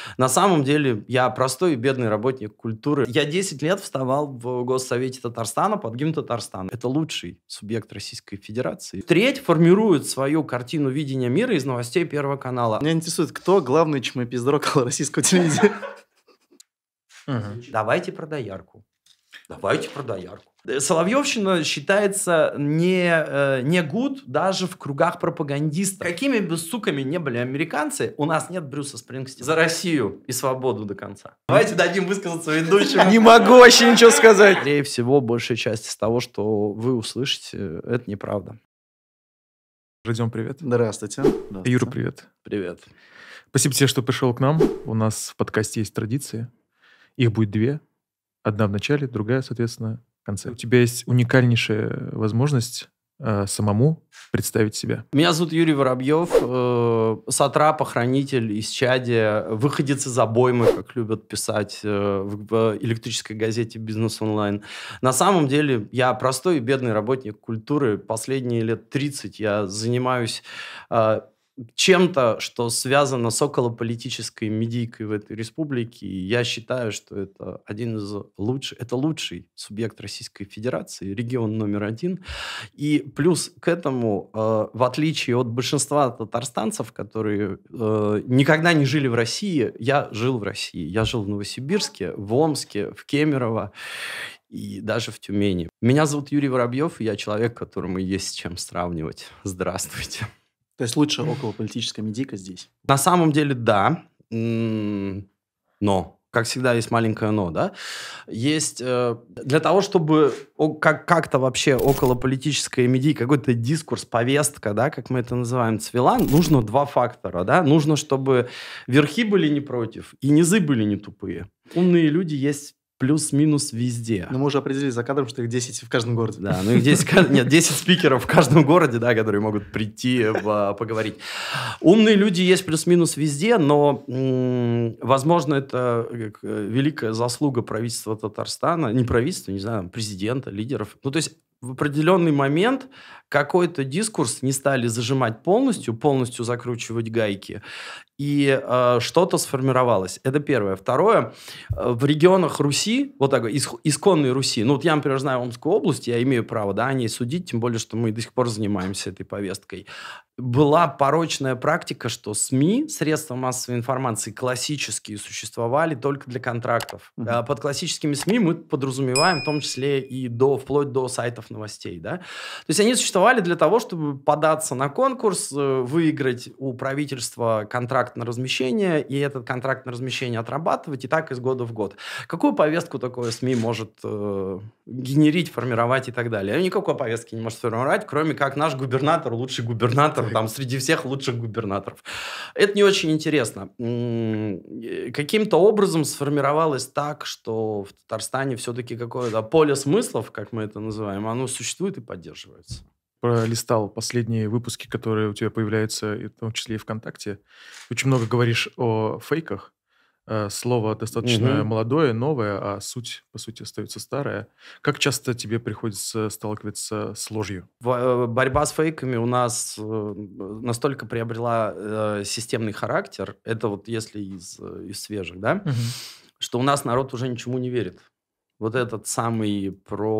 На самом деле я простой и бедный работник культуры. Я 10 лет вставал в Госсовете Татарстана под гимн Татарстана. Это лучший субъект Российской Федерации. Треть формирует свою картину видения мира из новостей Первого канала. Меня интересует, кто главный чмопиздрок российского телевидения? Давайте про доярку. Давайте про доярку. Соловьевщина считается не гуд даже в кругах пропагандистов. Какими бы суками не были американцы, у нас нет Брюса Спрингстина. За Россию и свободу до конца. Давайте дадим высказаться ведущему. Не могу вообще ничего сказать. Скорее всего, большая часть из того, что вы услышите, это неправда. Родион, привет. Здравствуйте. Юра, привет. Привет. Спасибо тебе, что пришел к нам. У нас в подкасте есть традиции. Их будет две. Одна в начале, другая, соответственно, в конце. У тебя есть уникальнейшая возможность самому представить себя. Меня зовут Юрий Воробьев, сатрап, охранитель, исчадие, выходец из обоймы, как любят писать в электрической газете «Бизнес онлайн». На самом деле я простой и бедный работник культуры. Последние лет 30 я занимаюсь чем-то, что связано с околополитической медийкой в этой республике. И я считаю, что это один из лучших, это лучший субъект Российской Федерации, регион номер 1. И плюс к этому, в отличие от большинства татарстанцев, которые никогда не жили в России, я жил в России. Я жил в Новосибирске, в Омске, в Кемерово и даже в Тюмени. Меня зовут Юрий Воробьев, и я человек, которому есть с чем сравнивать. Здравствуйте. То есть лучше околополитическая медийка здесь? На самом деле, да. Но, как всегда, есть маленькое но, да. Есть для того, чтобы как-то вообще околополитическая медийка, какой-то дискурс, повестка, да, как мы это называем, цвела, нужно два фактора, да. Нужно, чтобы верхи были не против и низы были не тупые. Умные люди есть плюс-минус везде. Но мы уже определили за кадром, что их 10 в каждом городе. Да, ну их 10 спикеров в каждом городе, да, которые могут прийти поговорить. Умные люди есть плюс-минус везде, но, возможно, это великая заслуга правительства Татарстана, не правительства, не знаю, президента, лидеров. Ну, то есть в определенный момент какой-то дискурс не стали зажимать полностью закручивать гайки, и что-то сформировалось. Это первое. Второе, в регионах Руси, вот так, исконной Руси, ну вот я, например, знаю Омскую область, я имею право, да, о ней судить, тем более, что мы до сих пор занимаемся этой повесткой. Была порочная практика, что СМИ, средства массовой информации, классические, существовали только для контрактов. Под классическими СМИ мы подразумеваем в том числе и вплоть до сайтов новостей. Да? То есть они существовали для того, чтобы податься на конкурс, выиграть у правительства контракт на размещение, и этот контракт на размещение отрабатывать, и так из года в год. Какую повестку такое СМИ может генерить, формировать и так далее? Никакой повестки не может сформировать, кроме как наш губернатор, лучший губернатор, там среди всех лучших губернаторов. Это не очень интересно. Каким-то образом сформировалось так, что в Татарстане все-таки какое-то поле смыслов, как мы это называем, оно существует и поддерживается. Пролистал последние выпуски, которые у тебя появляются, в том числе и ВКонтакте. Очень много говоришь о фейках. Слово достаточно молодое, новое, а суть, по сути, остается старая. Как часто тебе приходится сталкиваться с ложью? Борьба с фейками у нас настолько приобрела системный характер, это вот если из свежих, да, что у нас народ уже ничему не верит. Вот этот самый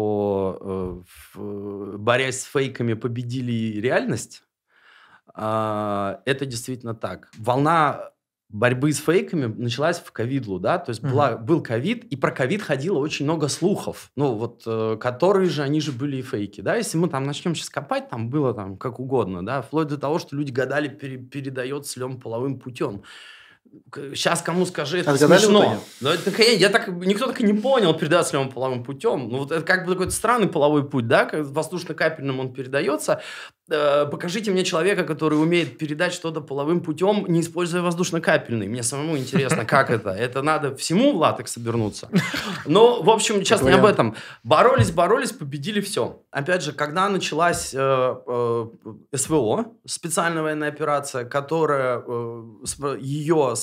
борясь с фейками, победили реальность, это действительно так. Волна борьбы с фейками началась в ковидлу, да, то есть был ковид, и про ковид ходило очень много слухов, ну вот, которые же, они же были и фейки, да, если мы там начнем сейчас копать, там было там как угодно, да, вплоть до того, что люди гадали, передается ли он половым путем. Сейчас кому скажи, это смешно. Но это, никто так и не понял, передается ли он половым путем. Ну, вот это как бы какой-то странный половой путь, да, как воздушно-капельным он передается. Покажите мне человека, который умеет передать что-то половым путем, не используя воздушно-капельный. Мне самому интересно, как это. Это надо всему в латекс обернуться. Но, в общем, сейчас не об этом. Боролись, победили все. Опять же, когда началась СВО, специальная военная операция, которая ее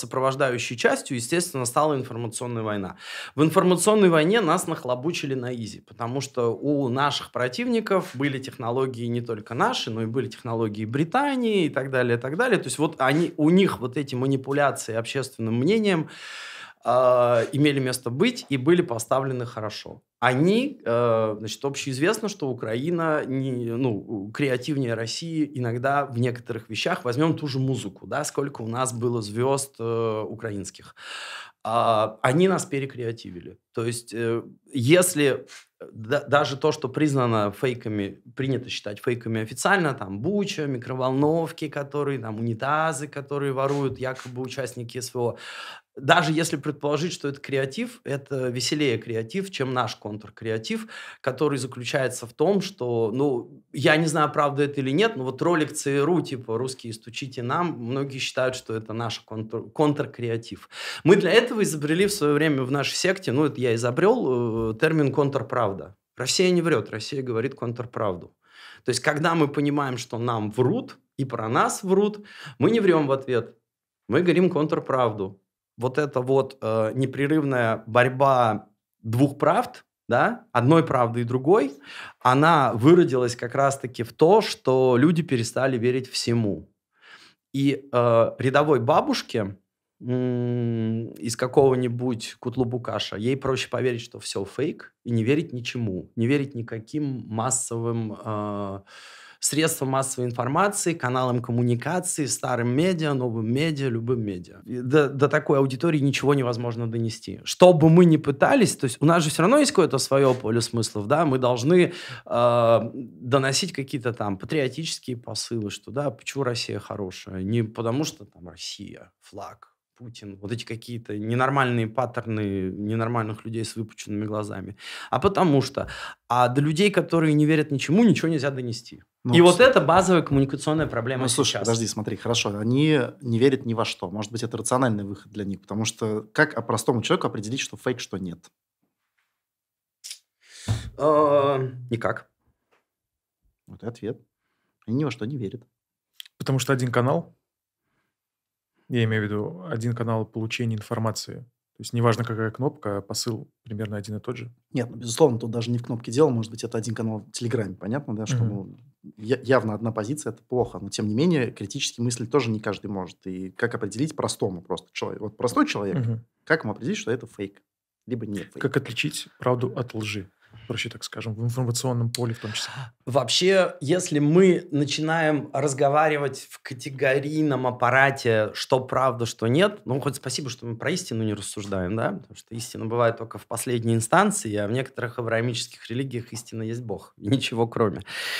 сопровождающей частью, естественно, стала информационная война. В информационной войне нас нахлобучили на изи, потому что у наших противников были технологии не только наши, но и были технологии Британии и так далее, и так далее. То есть вот у них вот эти манипуляции общественным мнением имели место быть и были поставлены хорошо. Значит, общеизвестно, что Украина креативнее России иногда в некоторых вещах. Возьмем ту же музыку, да, сколько у нас было звезд украинских. Они нас перекреативили. То есть, если даже то, что признано фейками, принято считать фейками официально, там Буча, микроволновки, там унитазы, которые воруют якобы участники СВО, даже если предположить, что это креатив, это веселее креатив, чем наш контркреатив, который заключается в том, что, я не знаю, правда это или нет, но вот ролик ЦРУ, типа «Русские, стучите нам», многие считают, что это наш контркреатив. Мы для этого изобрели в свое время в нашей секте, это я изобрел, термин «контрправда». Россия не врет, Россия говорит контрправду. То есть, когда мы понимаем, что нам врут и про нас врут, мы не врем в ответ, мы говорим контрправду. Вот эта непрерывная борьба двух правд, да, одной правды и другой, она выродилась как раз-таки в то, что люди перестали верить всему. И рядовой бабушке из какого-нибудь Кутлу-Букаша, ей проще поверить, что все фейк, и не верить ничему, не верить никаким массовым средствам массовой информации, каналам коммуникации, старым медиа, новым медиа, любым медиа. До такой аудитории ничего невозможно донести. Что бы мы ни пытались, то есть у нас же все равно есть какое-то свое поле смыслов, да, мы должны доносить какие-то там патриотические посылы, что да, почему Россия хорошая, не потому что там Россия, флаг, Путин, вот эти какие-то ненормальные паттерны ненормальных людей с выпученными глазами, а потому что до людей, которые не верят ничему, ничего нельзя донести. И вот это базовая коммуникационная проблема слушай, сейчас. Подожди, смотри, хорошо, они не верят ни во что. Может быть, это рациональный выход для них, потому что как простому человеку определить, что фейк, что нет? Никак. Вот и ответ. Они ни во что не верят. Потому что один канал, я имею в виду один канал получения информации. То есть неважно, какая кнопка, посыл примерно один и тот же. Нет, безусловно, тут даже не в кнопке дело. Может быть, это один канал в Телеграме. Понятно, да, что явно одна позиция – это плохо. Но, тем не менее, критически мыслить тоже не каждый может. И как определить простому просто человеку? Вот простой человек, как ему определить, что это фейк? Либо не фейк? Как отличить правду от лжи? Проще так скажем, в информационном поле в том числе. Вообще, если мы начинаем разговаривать в категорийном аппарате, что правда, что нет, хоть спасибо, что мы про истину не рассуждаем, да, потому что истина бывает только в последней инстанции, а в некоторых авраамических религиях истина есть Бог, и ничего кроме.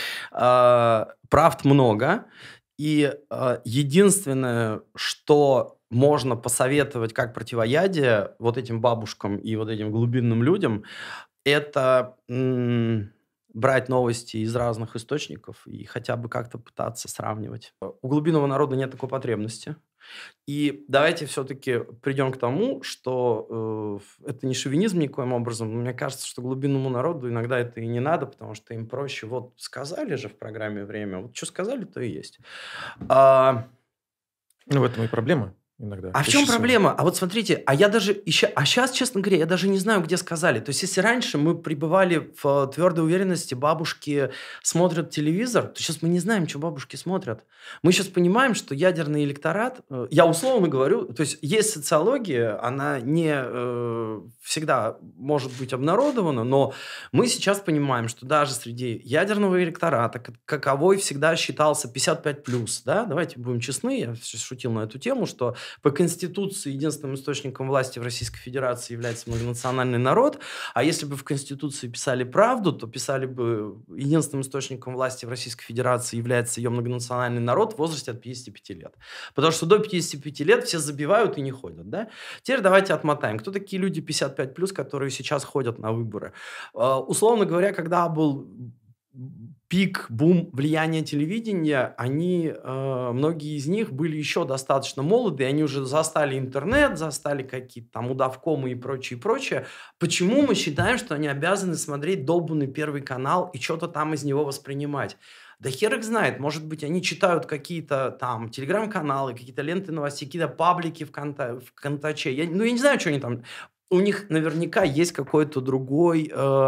Правд много, и единственное, что можно посоветовать как противоядие вот этим бабушкам и вот этим глубинным людям, это брать новости из разных источников и хотя бы как-то пытаться сравнивать. У глубинного народа нет такой потребности. И давайте все-таки придем к тому, что это не шовинизм никоим образом, но мне кажется, что глубинному народу иногда это и не надо, потому что им проще. Вот сказали же в программе «Время», вот что сказали, то и есть. В этом и проблема. Иногда. А в чем проблема? А вот смотрите, сейчас, честно говоря, я даже не знаю, где сказали. То есть, если раньше мы пребывали в твердой уверенности, бабушки смотрят телевизор, то сейчас мы не знаем, что бабушки смотрят. Мы сейчас понимаем, что ядерный электорат, я условно говорю, то есть социология, она не всегда может быть обнародована, но мы сейчас понимаем, что даже среди ядерного электората, каковой всегда считался 55+, да, давайте будем честны, я шутил на эту тему, что по Конституции единственным источником власти в Российской Федерации является многонациональный народ, а если бы в Конституции писали правду, то писали бы единственным источником власти в Российской Федерации является ее многонациональный народ в возрасте от 55 лет. Потому что до 55 лет все забивают и не ходят. Да? Теперь давайте отмотаем. Кто такие люди 55+, которые сейчас ходят на выборы? Условно говоря, когда был пик, бум влияния телевидения, многие из них были еще достаточно молоды, они уже застали интернет, застали какие-то там удавкомы и прочее, прочее. Почему мы считаем, что они обязаны смотреть долбанный Первый канал и что-то там из него воспринимать? Да хер их знает. Может быть, они читают какие-то там телеграм-каналы, какие-то ленты новостей, какие-то паблики в Контаче. Я не знаю, что они там... У них наверняка есть какой-то другой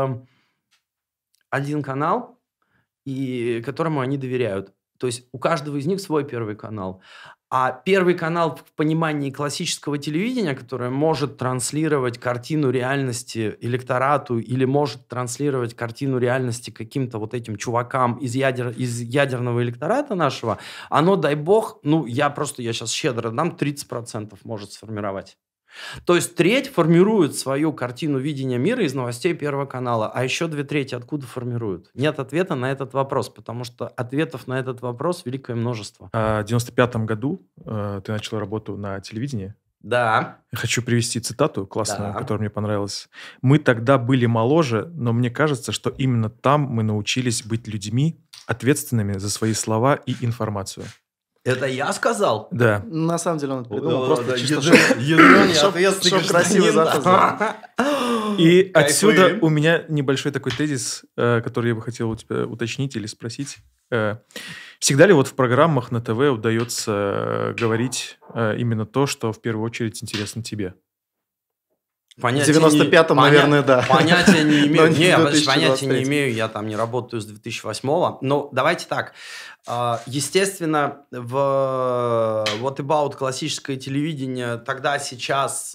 один канал, которому они доверяют. То есть у каждого из них свой первый канал. А первый канал в понимании классического телевидения, которое может транслировать картину реальности электорату или может транслировать картину реальности каким-то вот этим чувакам из ядерного электората нашего, оно, дай бог, я сейчас щедро дам, 30% может сформировать. То есть треть формирует свою картину видения мира из новостей Первого канала, а еще 2/3 откуда формируют? Нет ответа на этот вопрос, потому что ответов на этот вопрос великое множество. В 95-м году ты начал работу на телевидении. Да. Я хочу привести цитату классную, которая мне понравилась. «Мы тогда были моложе, но мне кажется, что именно там мы научились быть людьми, ответственными за свои слова и информацию». Это я сказал? Да. На самом деле он это придумал просто чисто, чтобы красиво записать. И отсюда у меня небольшой такой тезис, который я бы хотел у тебя уточнить или спросить. Всегда ли вот в программах на ТВ удается говорить именно то, что в первую очередь интересно тебе? В 95-м, наверное, да. Понятия не имею. Понятия не имею, я там не работаю с 2008-го. Но давайте так. Естественно, в What About классическое телевидение тогда и сейчас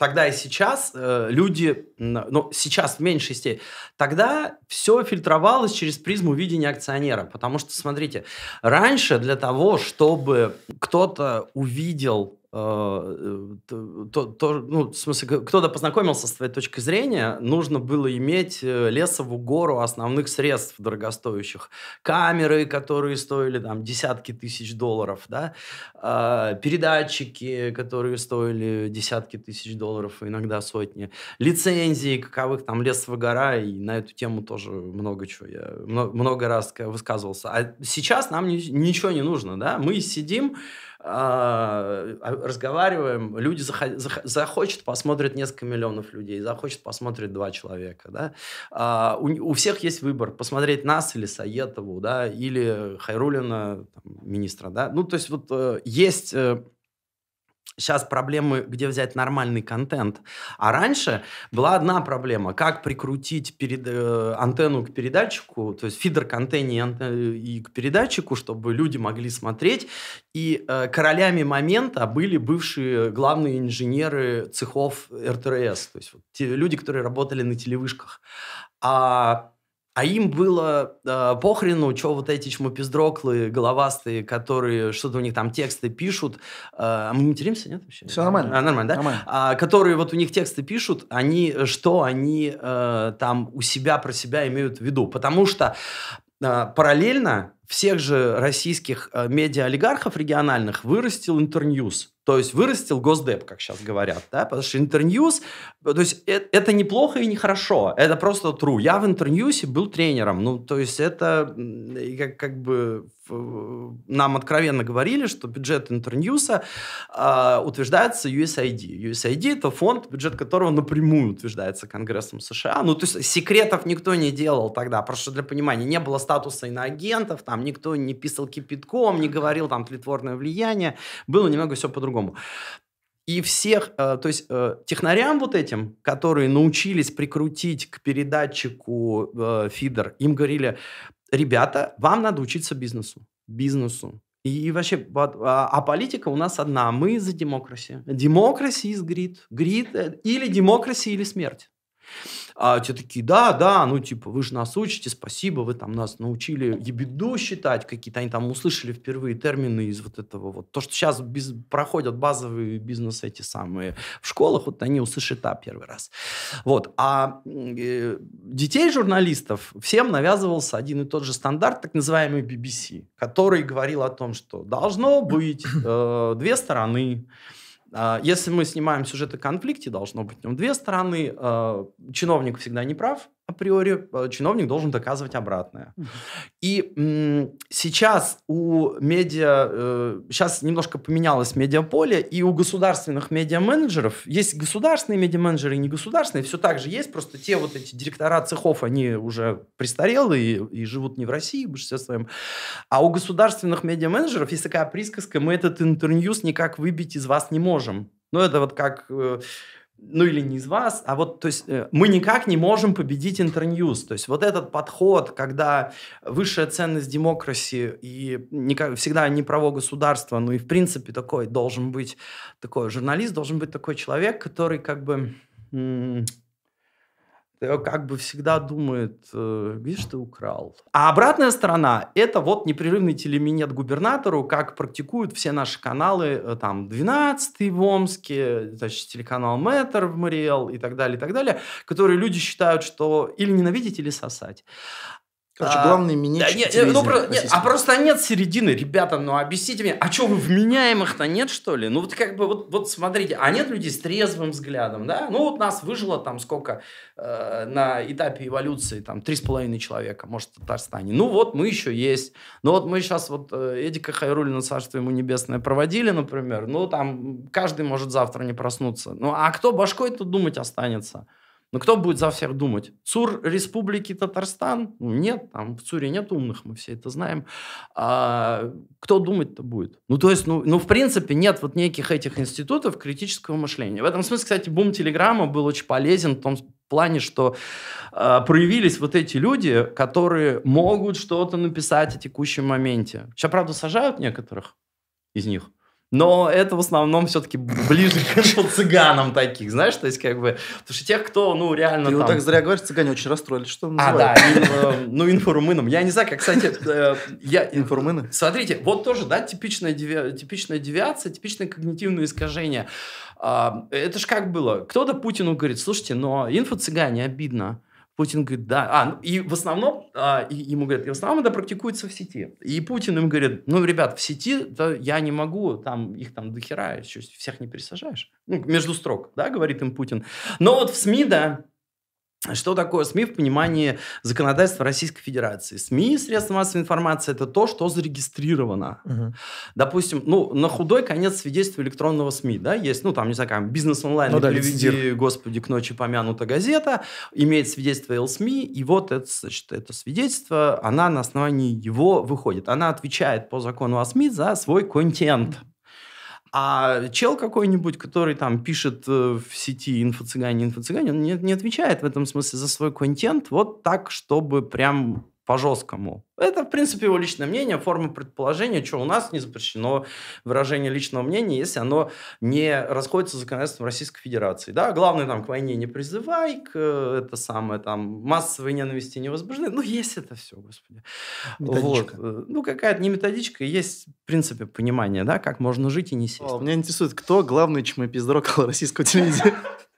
люди, сейчас в меньшей степени, тогда все фильтровалось через призму видения акционера. Потому что, смотрите, раньше для того, чтобы кто-то увидел, в смысле, кто-то познакомился с твоей точкой зрения, нужно было иметь лесовую гору основных средств дорогостоящих. Камеры, которые стоили там десятки тысяч долларов, да? Передатчики, которые стоили десятки тысяч долларов, иногда сотни. Лицензии, каковых там лесовая гора, и на эту тему тоже много чего. Я много раз высказывался. А сейчас нам ничего не нужно, да? Мы сидим, разговариваем, люди захочет, посмотрят несколько миллионов людей, захочет, посмотрит 2 человека, да. У всех есть выбор, посмотреть нас или Саетову, да, или Хайруллина, министра, да. То есть вот есть сейчас проблемы, где взять нормальный контент. А раньше была одна проблема. Как прикрутить антенну к передатчику, то есть фидер к антенне и к передатчику, чтобы люди могли смотреть. И королями момента были бывшие главные инженеры цехов РТРС. То есть вот те люди, которые работали на телевышках. А им было похрену, что вот эти чмопиздроклы головастые, которые что-то у них там тексты пишут. Мы материмся, нет вообще? Все нормально. Нормально, да? Нормально. Которые вот у них тексты пишут, они там у себя про себя имеют в виду. Потому что параллельно всех же российских медиа-олигархов региональных вырастил Интерньюз. То есть вырастил Госдеп, как сейчас говорят, да, потому что Интерньюз, то есть это неплохо и нехорошо, это просто true. Я в Интерньюзе был тренером, то есть это как бы нам откровенно говорили, что бюджет Интерньюза утверждается USAID. USAID – это фонд, бюджет которого напрямую утверждается Конгрессом США. То есть секретов никто не делал тогда, просто для понимания. Не было статуса иноагентов, там никто не писал кипятком, не говорил там тлетворное влияние. Было немного все по-другому. И всех, то есть технарям вот этим, которые научились прикрутить к передатчику фидер, им говорили: ребята, вам надо учиться бизнесу. И вообще, а политика у нас одна, мы за демократию. Democracy is greed. Greed или демократия, или смерть. А те такие: да, вы же нас учите, спасибо, вы там нас научили ебеду считать какие-то, они там услышали впервые термины из вот этого вот. То, что сейчас проходят базовые бизнесы эти самые в школах, вот они услышат первый раз. Вот. А детей журналистов всем навязывался один и тот же стандарт, так называемый BBC, который говорил о том, что должно быть 2 стороны. Если мы снимаем сюжет о конфликте, должно быть в нем 2 стороны. Чиновник всегда не прав, априори чиновник должен доказывать обратное. И сейчас у медиа, сейчас немножко поменялось медиаполе, и у государственных медиа-менеджеров, есть государственные медиа-менеджеры и негосударственные, все так же есть, просто те вот эти директора цехов, они уже престарелые и живут не в России в большинстве своем. А у государственных медиа-менеджеров есть такая присказка: мы этот интерньюз никак выбить из вас не можем. Ну, это вот как... Ну, или не из вас, а вот, то есть, мы никак не можем победить интерньюз. То есть, вот этот подход, когда высшая ценность демократии и всегда не право государства, ну и, в принципе, такой должен быть, такой журналист должен быть такой человек, который как бы всегда думает, видишь, ты украл. А обратная сторона – это вот непрерывный телеминет губернатору, как практикуют все наши каналы, там, 12-й в Омске, значит, телеканал Мэтр в Мариэл и так далее, которые люди считают, что или ненавидеть, или сосать. Короче, главный минетчик просто нет середины. Ребята, ну объясните мне, а что, вы вменяемых-то нет, что ли? Ну вот как бы, вот смотрите, а нет людей с трезвым взглядом, да? Ну вот нас выжило там сколько на этапе эволюции, там 3,5 человека, может, в Татарстане. Ну вот мы еще есть. Ну вот мы сейчас вот Эдика Хайруллина, царство ему небесное, проводили, например. Ну там каждый может завтра не проснуться. Ну а кто башкой-то думать останется? Ну, кто будет за всех думать? ЦУР Республики Татарстан? Ну, нет, там в ЦУРе нет умных, мы все это знаем. А кто думать-то будет? Ну, то есть, ну, в принципе, нет вот неких этих институтов критического мышления. В этом смысле, кстати, бум Телеграма был очень полезен в том плане, что проявились вот эти люди, которые могут что-то написать о текущем моменте. Сейчас, правда, сажают некоторых из них. Но это в основном все-таки ближе к инфо-цыганам таких, знаешь, то есть как бы, потому что тех, кто, ну, реально Ты там... вот так зря говоришь, цыгане очень расстроились, что называют? Ну, инфорумыном. Я не знаю, как, кстати... Инфорумыны? Смотрите, вот тоже, да, типичная девиация, типичное когнитивное искажение. Это ж как было? Кто-то Путину говорит: слушайте, но инфо-цыгане обидно. Путин говорит, да. И в основном, ему говорят, и в основном это практикуется в сети. И Путин им говорит: ну, ребят, в сети я не могу, там их там дохера, всех не пересажаешь. Ну, между строк, да, говорит им Путин. Но вот в СМИ, да, что такое СМИ в понимании законодательства Российской Федерации? СМИ, средства массовой информации, это то, что зарегистрировано. Допустим, ну, на худой конец свидетельства электронного СМИ, да, есть, ну, там, не знаю, как «Бизнес онлайн», ну, «Переведи, Господи, к ночи помянута газета», имеет свидетельство ЛСМИ, и вот это, значит, это свидетельство, она на основании его выходит. Она отвечает по закону о СМИ за свой контент. А чел какой-нибудь, который там пишет в сети инфо-цыгане, он не отвечает в этом смысле за свой контент вот так, чтобы прям по-жесткому. Это, в принципе, его личное мнение, форма предположения, что у нас не запрещено выражение личного мнения, если оно не расходится с законодательством Российской Федерации. Да? Главное, там, к войне не призывай, это самое, там, массовой ненависти не возбуждай. Ну, есть это все, господи. Методичка. Вот. Ну, какая-то не методичка, есть, в принципе, понимание, да, как можно жить и не сесть. Меня интересует, кто главный чмопиздрокол российского телевидения?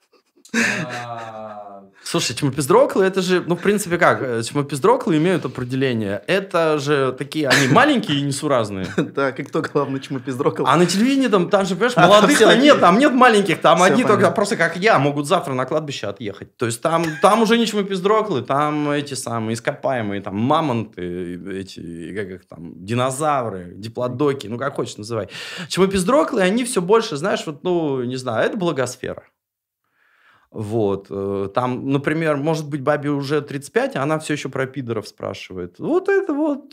Слушай, чмопиздроколы, это же, ну, в принципе, как? Чмопиздроколы имеют определение. Это же такие, они маленькие и несуразные. Так, и кто главный чмопиздрокол? А на телевидении там же, понимаешь, молодых-то нет, там нет маленьких, там одни только просто, как я, могут завтра на кладбище отъехать. То есть там уже не чмопиздроколы, там эти самые ископаемые, там мамонты, эти, как их там, динозавры, диплодоки, ну, как хочешь называй. Чмопиздроколы, они все больше, знаешь, вот, ну, не знаю, это благосфера. Вот. Там, например, может быть, бабе уже 35, а она все еще про пидоров спрашивает. Вот это вот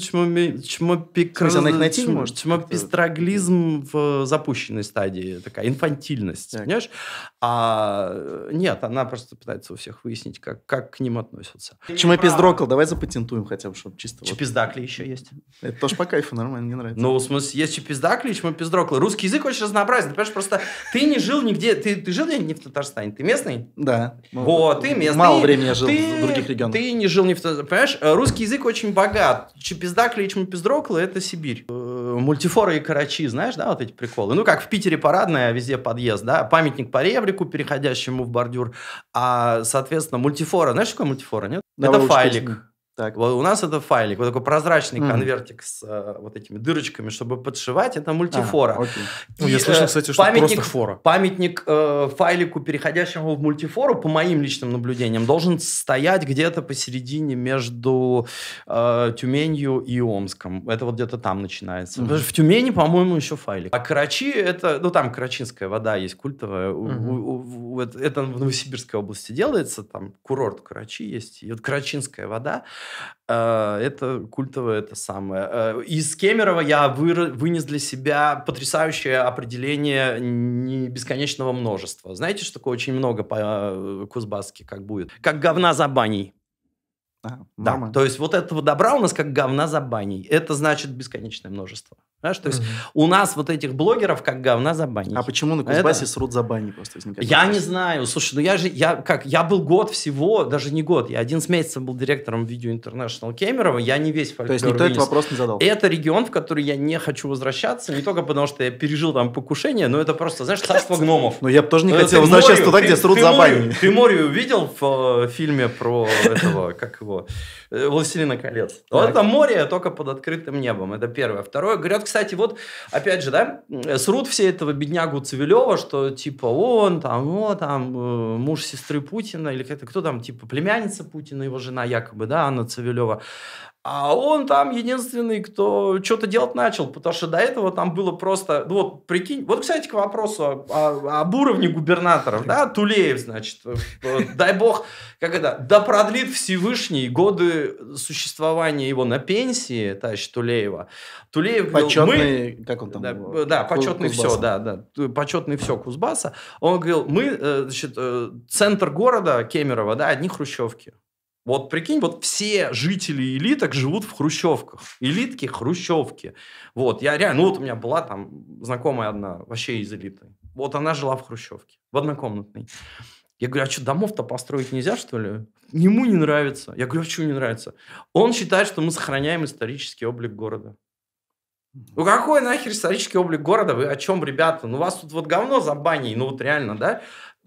чмопистроглизм в запущенной стадии, такая инфантильность, так. Понимаешь? Нет, она просто пытается у всех выяснить, как к ним относятся. Чмопиздрокол, давай запатентуем хотя бы, чтобы чисто... Чепиздакли еще есть. Это тоже по кайфу, нормально, мне нравится. Ну, в смысле, есть чепиздакли и чмопиздрокол. Русский язык очень разнообразен. Ты понимаешь, просто ты не жил нигде, ты жил не в Татарстане, ты местный? Да. Вот, ты местный. Мало времени я жил в других регионах. Ты не жил не в Татарстане. Понимаешь, русский язык очень богат. Чепиздакли и чмопиздроколы – это Сибирь. Мультифоры и карачи, знаешь, да, вот эти приколы? Ну, как в Питере парадная, везде подъезд, да? Памятник по ребрику, переходящему в бордюр. А, соответственно, мультифора. Знаешь, что такое мультифора, нет? Да, это файлик. Так. Вот у нас это файлик, вот такой прозрачный Мгм. конвертик с вот этими дырочками, чтобы подшивать. Это мультифора. Окей. Ну, И, я слышал, кстати, что просто фора. Памятник файлику, переходящему в мультифору, по моим личным наблюдениям, должен стоять где-то посередине между Тюменью и Омском. Это вот где-то там начинается. Потому что в Тюмени, по-моему, еще файлик. А Карачи, это, ну, там карачинская вода есть культовая. Это в Новосибирской области делается, там курорт Карачи есть. И вот карачинская вода, это культовое, это самое. Из Кемерово я вынес для себя потрясающее определение бесконечного множества. Знаете, что такое очень много по-кузбасски, как будет? Как говна за баней. Да, Мама. то есть вот этого добра у нас как говна за баней. Это значит бесконечное множество. Знаешь, то есть у нас вот этих блогеров как говна за баней. А почему на Кузбассе срут за бани просто возникает? Я не знаю. Слушай, ну я был год всего, даже не год, я 11 месяцев был директором Video International Кемерово, я не весь фольклор То есть никто вынес. этот вопрос не задал? Это регион, в который я не хочу возвращаться, не только потому, что я пережил там покушение, но это просто, знаешь, царство гномов. Но я бы тоже не хотел возвращаться туда, где срут за банями. Ты Морию видел в фильме про этого, как его, «Властелина колец»? Вот это море, только под открытым небом. Это первое. Второе, говорят, кстати, вот, опять же, да, срут все этого беднягу Цивилева, что типа он там, муж сестры Путина, или кто там, типа племянница Путина, его жена якобы, да, Анна Цивилева. А он там единственный, кто что-то делать начал, потому что до этого там было просто... Ну вот, прикинь... Вот, кстати, к вопросу об уровне губернаторов, да, Тулеев, значит, дай бог, да продлит Всевышний годы существования его на пенсии, товарища Тулеева. Тулеев говорил, почетный, как он там? Да, почетный Кузбасса. все, да, почетный все Кузбасса. Он говорил, значит, центр города Кемерово, да, одни хрущевки. Вот прикинь, вот все жители элиток живут в хрущевках. Элитки, хрущевки. Вот, я реально, ну вот у меня была там знакомая одна, вообще из элиты. Вот она жила в хрущевке, в однокомнатной. Я говорю, а что, домов-то построить нельзя, что ли? Ему не нравится. Я говорю, а что не нравится? Он считает, что мы сохраняем исторический облик города. Ну какой нахер исторический облик города? Вы о чем, ребята? Ну у вас тут вот говно за баней, ну вот реально, да?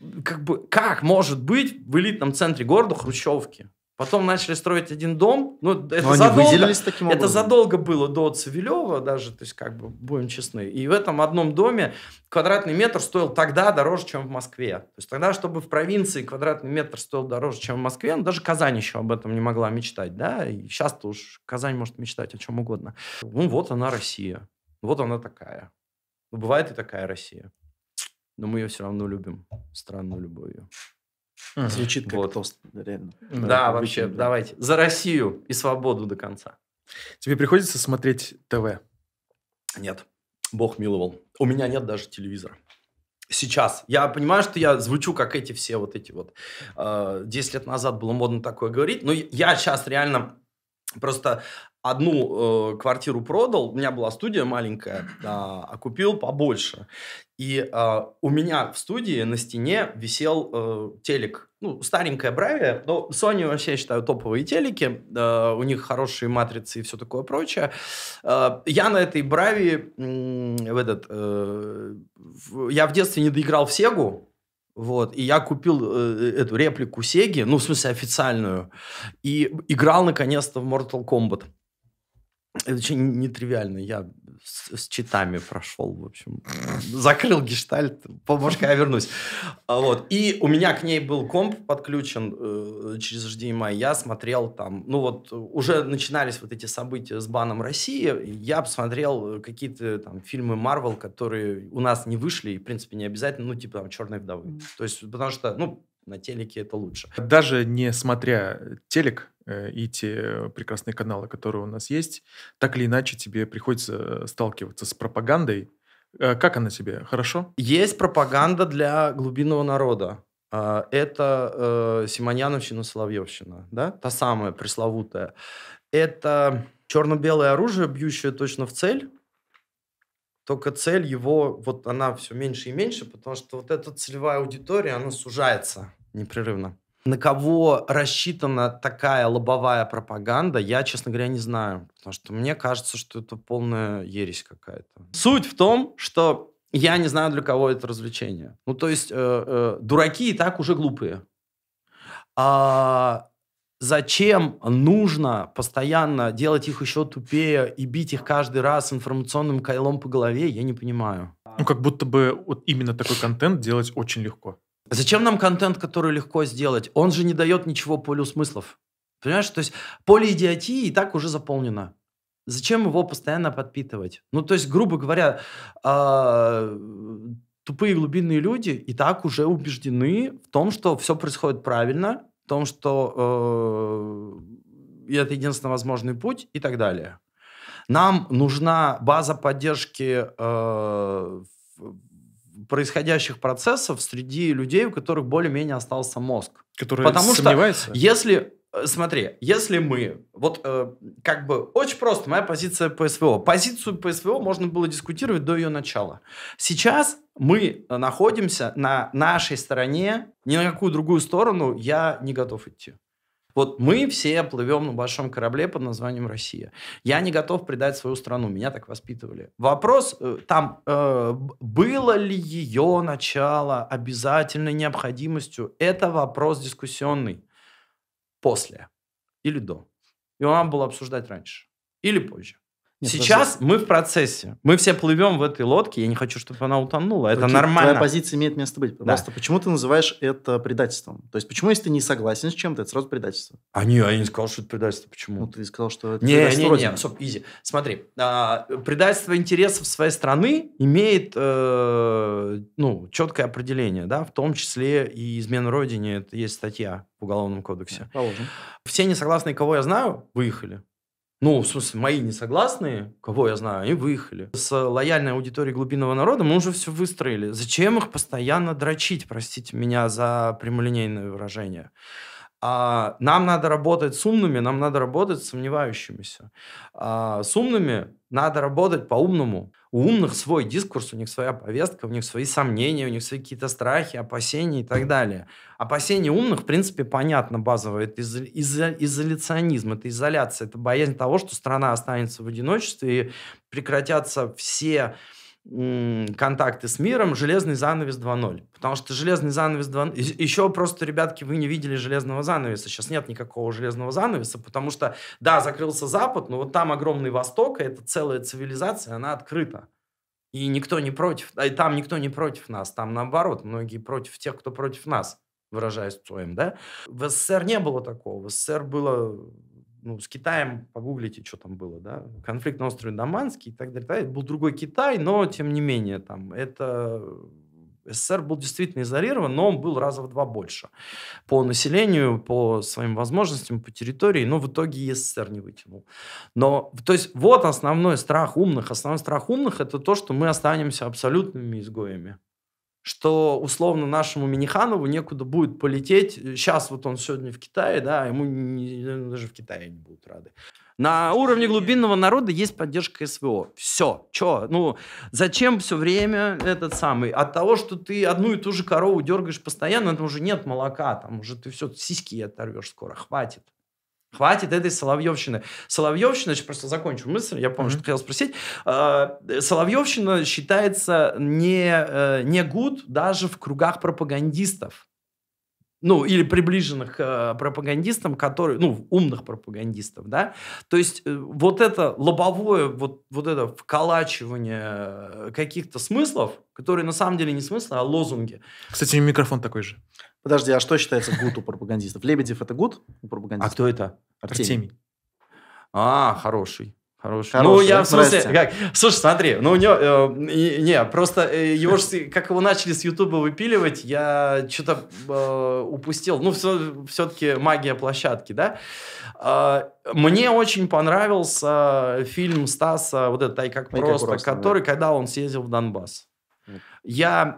Как может быть в элитном центре города хрущевки? Потом начали строить один дом. Ну, это задолго было до Цивилева даже, то есть, как бы, будем честны. И в этом одном доме квадратный метр стоил тогда дороже, чем в Москве. То есть, тогда, чтобы в провинции квадратный метр стоил дороже, чем в Москве, ну, даже Казань еще об этом не могла мечтать, да, и сейчас-то уж Казань может мечтать о чем угодно. Ну, вот она Россия. Вот она такая. Ну, бывает и такая Россия. Но мы ее все равно любим. Странную любовью. Звучит как тост, реально. Да, вообще, давайте. За Россию и свободу до конца. Тебе приходится смотреть ТВ? Нет. Бог миловал. У меня нет даже телевизора. Сейчас. Я понимаю, что я звучу, как эти все вот эти вот. 10 лет назад было модно такое говорить. Но я сейчас реально просто одну квартиру продал. У меня была студия маленькая, а купил побольше. И у меня в студии на стене висел телек. Ну, старенькая Бравия. Но Sony вообще, я считаю, топовые телеки. У них хорошие матрицы и все такое прочее. Я на этой Бравии... я в детстве не доиграл в Сегу. Вот, и я купил эту реплику Сеги, ну, в смысле, официальную, и играл, наконец-то, в Mortal Kombat. Это очень нетривиально. Я с читами прошел, в общем. Закрыл гештальт. Может, я вернусь. Вот. И у меня к ней был комп подключен через HDMI. Я смотрел там... Ну, вот уже начинались вот эти события с баном России. Я посмотрел какие-то там фильмы Marvel, которые у нас не вышли. И, в принципе, не обязательно. Ну, типа там «Черной вдовы». То есть, потому что, ну, на телеке это лучше. Даже не смотря телек и те прекрасные каналы, которые у нас есть, так или иначе тебе приходится сталкиваться с пропагандой. Как она тебе? Хорошо? Есть пропаганда для глубинного народа. Это Симоньяновщина, Соловьевщина, да? Та самая пресловутая. Это черно-белое оружие, бьющее точно в цель. Только цель его, вот она все меньше и меньше, потому что вот эта целевая аудитория, она сужается непрерывно. На кого рассчитана такая лобовая пропаганда, я, честно говоря, не знаю. Потому что мне кажется, что это полная ересь какая-то. Суть в том, что я не знаю, для кого это развлечение. Ну, то есть, дураки и так уже глупые. зачем нужно постоянно делать их еще тупее и бить их каждый раз информационным кайлом по голове, я не понимаю. Ну, как будто бы вот именно такой контент делать очень легко. Зачем нам контент, который легко сделать? Он же не дает ничего полю смыслов. Понимаешь? То есть поле идиотии и так уже заполнено. Зачем его постоянно подпитывать? Ну, то есть, грубо говоря, тупые глубинные люди и так уже убеждены в том, что все происходит правильно, в том, что это единственно возможный путь и так далее. Нам нужна база поддержки происходящих процессов среди людей, у которых более-менее остался мозг. Которые Потому сомневаются? что если... Смотри, если мы... Вот как бы очень просто моя позиция по СВО. Позицию по СВО можно было дискутировать до ее начала. Сейчас мы находимся на нашей стороне. Ни на какую другую сторону я не готов идти. Вот мы все плывем на большом корабле под названием Россия. Я не готов предать свою страну. Меня так воспитывали. Вопрос там, было ли ее начало обязательной необходимостью? Это вопрос дискуссионный. После или до. Его надо было обсуждать раньше или позже. Нет, сейчас мы в процессе. Мы все плывем в этой лодке. Я не хочу, чтобы она утонула. Это нормально. Твоя позиция имеет место быть. Да. Просто почему ты называешь это предательством? То есть, почему, если ты не согласен с чем-то, это сразу предательство? Я не сказал, что это предательство. Почему? Ну, ты сказал, что это предательство. Не, стоп, изи. Смотри. Предательство интересов своей страны имеет четкое определение. Да? В том числе и измена Родине. Это есть статья в Уголовном кодексе. Положим. Все несогласные, кого я знаю, выехали. Ну, в смысле, мои несогласные, кого я знаю, они выехали. С лояльной аудиторией глубинного народа мы уже все выстроили. Зачем их постоянно дрочить, простите меня за прямолинейное выражение? Нам надо работать с умными, нам надо работать с сомневающимися. С умными надо работать по-умному. У умных свой дискурс, у них своя повестка, у них свои сомнения, у них свои какие-то страхи, опасения и так далее. Опасения умных, в принципе, понятно, базовое. Это изоляционизм, это изоляция, это боязнь того, что страна останется в одиночестве и прекратятся все контакты с миром, железный занавес 2.0. Потому что железный занавес 2.0... Еще просто, ребятки, вы не видели железного занавеса. Сейчас нет никакого железного занавеса, потому что, да, закрылся Запад, но вот там огромный Восток, и это целая цивилизация, она открыта. И никто не против. И там никто не против нас. Там наоборот, многие против тех, кто против нас, выражаясь своим, да? В СССР не было такого. В СССР было... с Китаем погуглите, что там было, да, конфликт на острове Даманский и так далее. Это был другой Китай, но тем не менее там СССР был действительно изолирован, но он был раза в 2 больше по населению, по своим возможностям, по территории, но в итоге и СССР не вытянул. Но, то есть, вот основной страх умных. Основной страх умных – это то, что мы останемся абсолютными изгоями. Что, условно, нашему Миниханову некуда будет полететь. Сейчас вот он сегодня в Китае, да, ему даже в Китае не будут рады. На уровне глубинного народа есть поддержка СВО. Все. Че? Зачем все время этот самый? От того, что ты одну и ту же корову дергаешь постоянно, там уже нет молока, там уже ты все, сиськи оторвешь скоро. Хватит. Хватит этой соловьевщины. Соловьевщина, сейчас просто закончу мысль, я помню, что хотел спросить. Соловьевщина считается не good даже в кругах пропагандистов. Или приближенных к пропагандистам, которые, умных пропагандистов, да. То есть вот это лобовое, вот это вколачивание каких-то смыслов, которые на самом деле не смыслы, а лозунги. Кстати, микрофон такой же. Подожди, а что считается гуд у пропагандистов? Лебедев – это гуд у пропагандистов? А кто это? Артемий. Хороший. Я в смысле, как? Слушай, смотри, у него, просто его же, как его начали с Ютуба выпиливать, я что-то упустил. Все-таки магия площадки, да? Мне очень понравился фильм Стаса, вот этот «Ай, как просто», который, когда он съездил в Донбасс. Я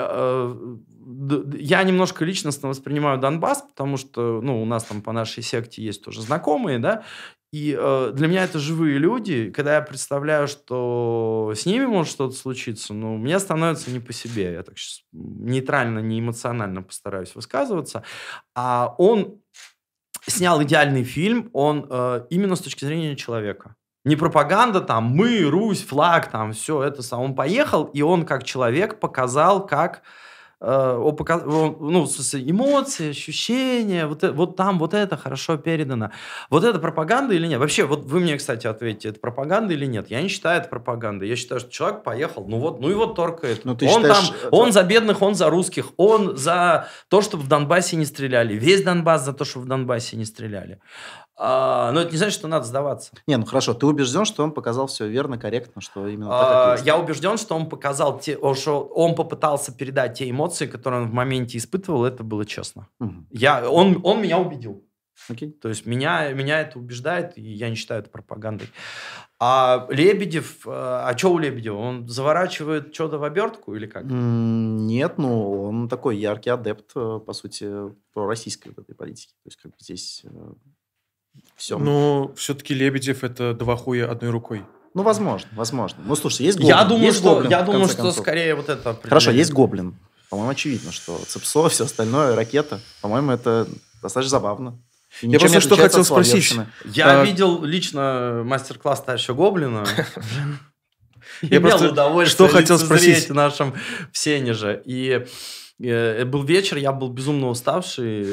немножко личностно воспринимаю Донбасс, потому что, у нас там по нашей секте есть тоже знакомые, да, и для меня это живые люди. Когда я представляю, что с ними может что-то случиться, мне становится не по себе. Я так сейчас нейтрально, не эмоционально постараюсь высказываться. А он снял идеальный фильм, он именно с точки зрения человека. Не пропаганда, там, мы, Русь, флаг, там, все это сам. Он поехал, и он как человек показал, как в смысле, эмоции, ощущения, вот там вот это хорошо передано. Вот это пропаганда или нет? Вообще, вот вы мне, кстати, ответьте, это пропаганда или нет? Я не считаю это пропагандой. Я считаю, что человек поехал, ну и вот торкает. Ну, ты Он считаешь, там, он за бедных, он за русских, он за то, чтобы в Донбассе не стреляли. Весь Донбасс за то, чтобы в Донбассе не стреляли. Но это не значит, что надо сдаваться. Не, ну хорошо, ты убежден, что он показал все верно, корректно, что именно так, как есть? Я убежден, что он показал, что он попытался передать те эмоции, которые он в моменте испытывал, это было честно. Мгм. Он меня убедил. Окей. То есть меня это убеждает, и я не считаю это пропагандой. А Лебедев, что у Лебедева? Он заворачивает что-то в обертку или как? Нет, ну, он такой яркий адепт, по сути, пророссийской вот этой политики. То есть, как бы здесь все... Но все-таки Лебедев — это два хуя одной рукой. Ну, возможно. Ну, слушай, есть Гоблин. Я думаю, есть Гоблин, я в думаю, конце что концов. скорее вот это... Хорошо, определение. есть Гоблин. По-моему, очевидно, что Цепсо, все остальное, ракета. По-моему, это достаточно забавно. И Я ничем просто не что отличается хотел от спросить. Соловьевщины. Я видел лично мастер-класс товарища Гоблина. Я Имел просто удовольствие что хотел лицезреть спросить. в нашем Всенеже. И был вечер, я был безумно уставший.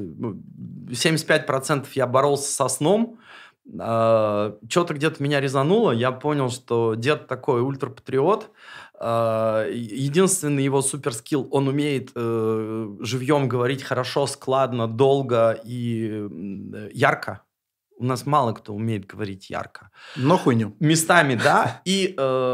75% я боролся со сном. Что-то где-то меня резануло. Я понял, что дед такой ультрапатриот. Единственный его суперскилл, он умеет живьем говорить хорошо, складно, долго и ярко. У нас мало кто умеет говорить ярко. Но хуйню. Местами, да. И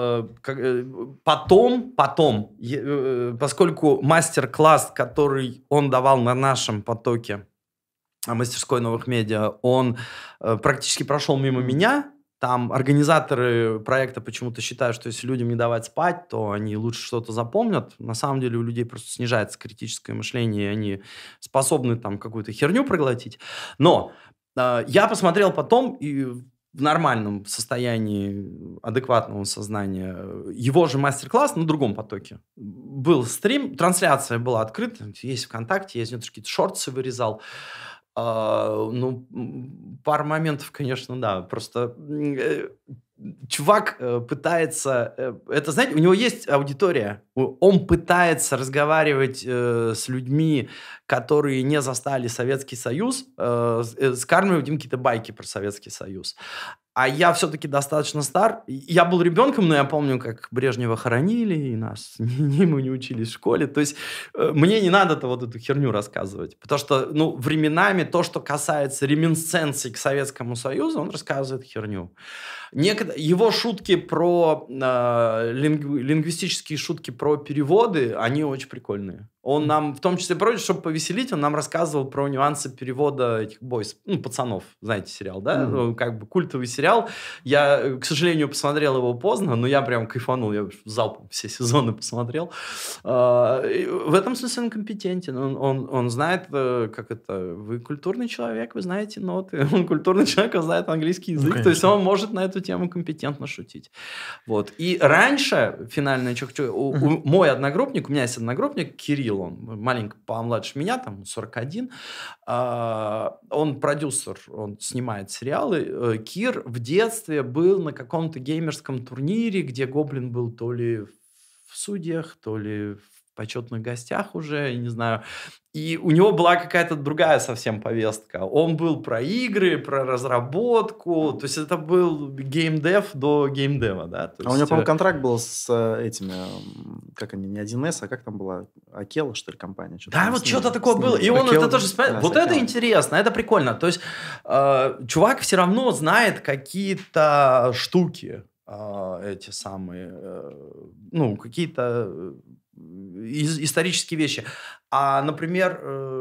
потом, поскольку мастер-класс, который он давал на нашем потоке, мастерской новых медиа, он практически прошел мимо меня. Там организаторы проекта почему-то считают, что если людям не давать спать, то они лучше что-то запомнят. На самом деле у людей просто снижается критическое мышление, и они способны там какую-то херню проглотить. Но я посмотрел потом и в нормальном состоянии адекватного сознания его же мастер-класс на другом потоке. Был стрим, трансляция была открыта, есть ВКонтакте, я из нее какие-то шорты вырезал. Пару моментов, конечно, да. Просто чувак пытается... Это, знаете, у него есть аудитория. Он пытается разговаривать с людьми, которые не застали Советский Союз, скармливать им какие-то байки про Советский Союз. А я все-таки достаточно стар. Я был ребенком, но я помню, как Брежнева хоронили, и нас мы не учились в школе. То есть мне не надо вот эту херню рассказывать. Потому что временами то, что касается реминсценций к Советскому Союзу, он рассказывает херню. Его шутки про... лингвистические шутки про переводы, они очень прикольные. Он нам, в том числе, чтобы повеселить, он нам рассказывал про нюансы перевода этих бойс, пацанов, знаете, сериал, да? Как бы культовый сериал. Я, к сожалению, посмотрел его поздно, но я прям кайфанул, я залпом все сезоны посмотрел. В этом смысле он компетентен, он знает, как это, вы культурный человек, вы знаете ноты, он культурный человек, он знает английский язык, то есть он может на эту тему компетентно шутить. Вот. И раньше, финальное, мой одногруппник, у меня есть одногруппник, Кирилл, он маленько помладше меня, там 41, он продюсер, он снимает сериалы. Кир в детстве был на каком-то геймерском турнире, где Гоблин был то ли в судьях, то ли в почетных гостях уже, я не знаю. И у него была какая-то другая совсем повестка. Он был про игры, про разработку. То есть это был геймдев до геймдева, да? У него, по-моему, контракт был с этими, как они, не 1С, а как там была? Акела, что ли, компания? Да, вот что-то такое было. И он это тоже... Вот это интересно, это прикольно. То есть чувак все равно знает какие-то штуки, эти самые, какие-то исторические вещи. А, например,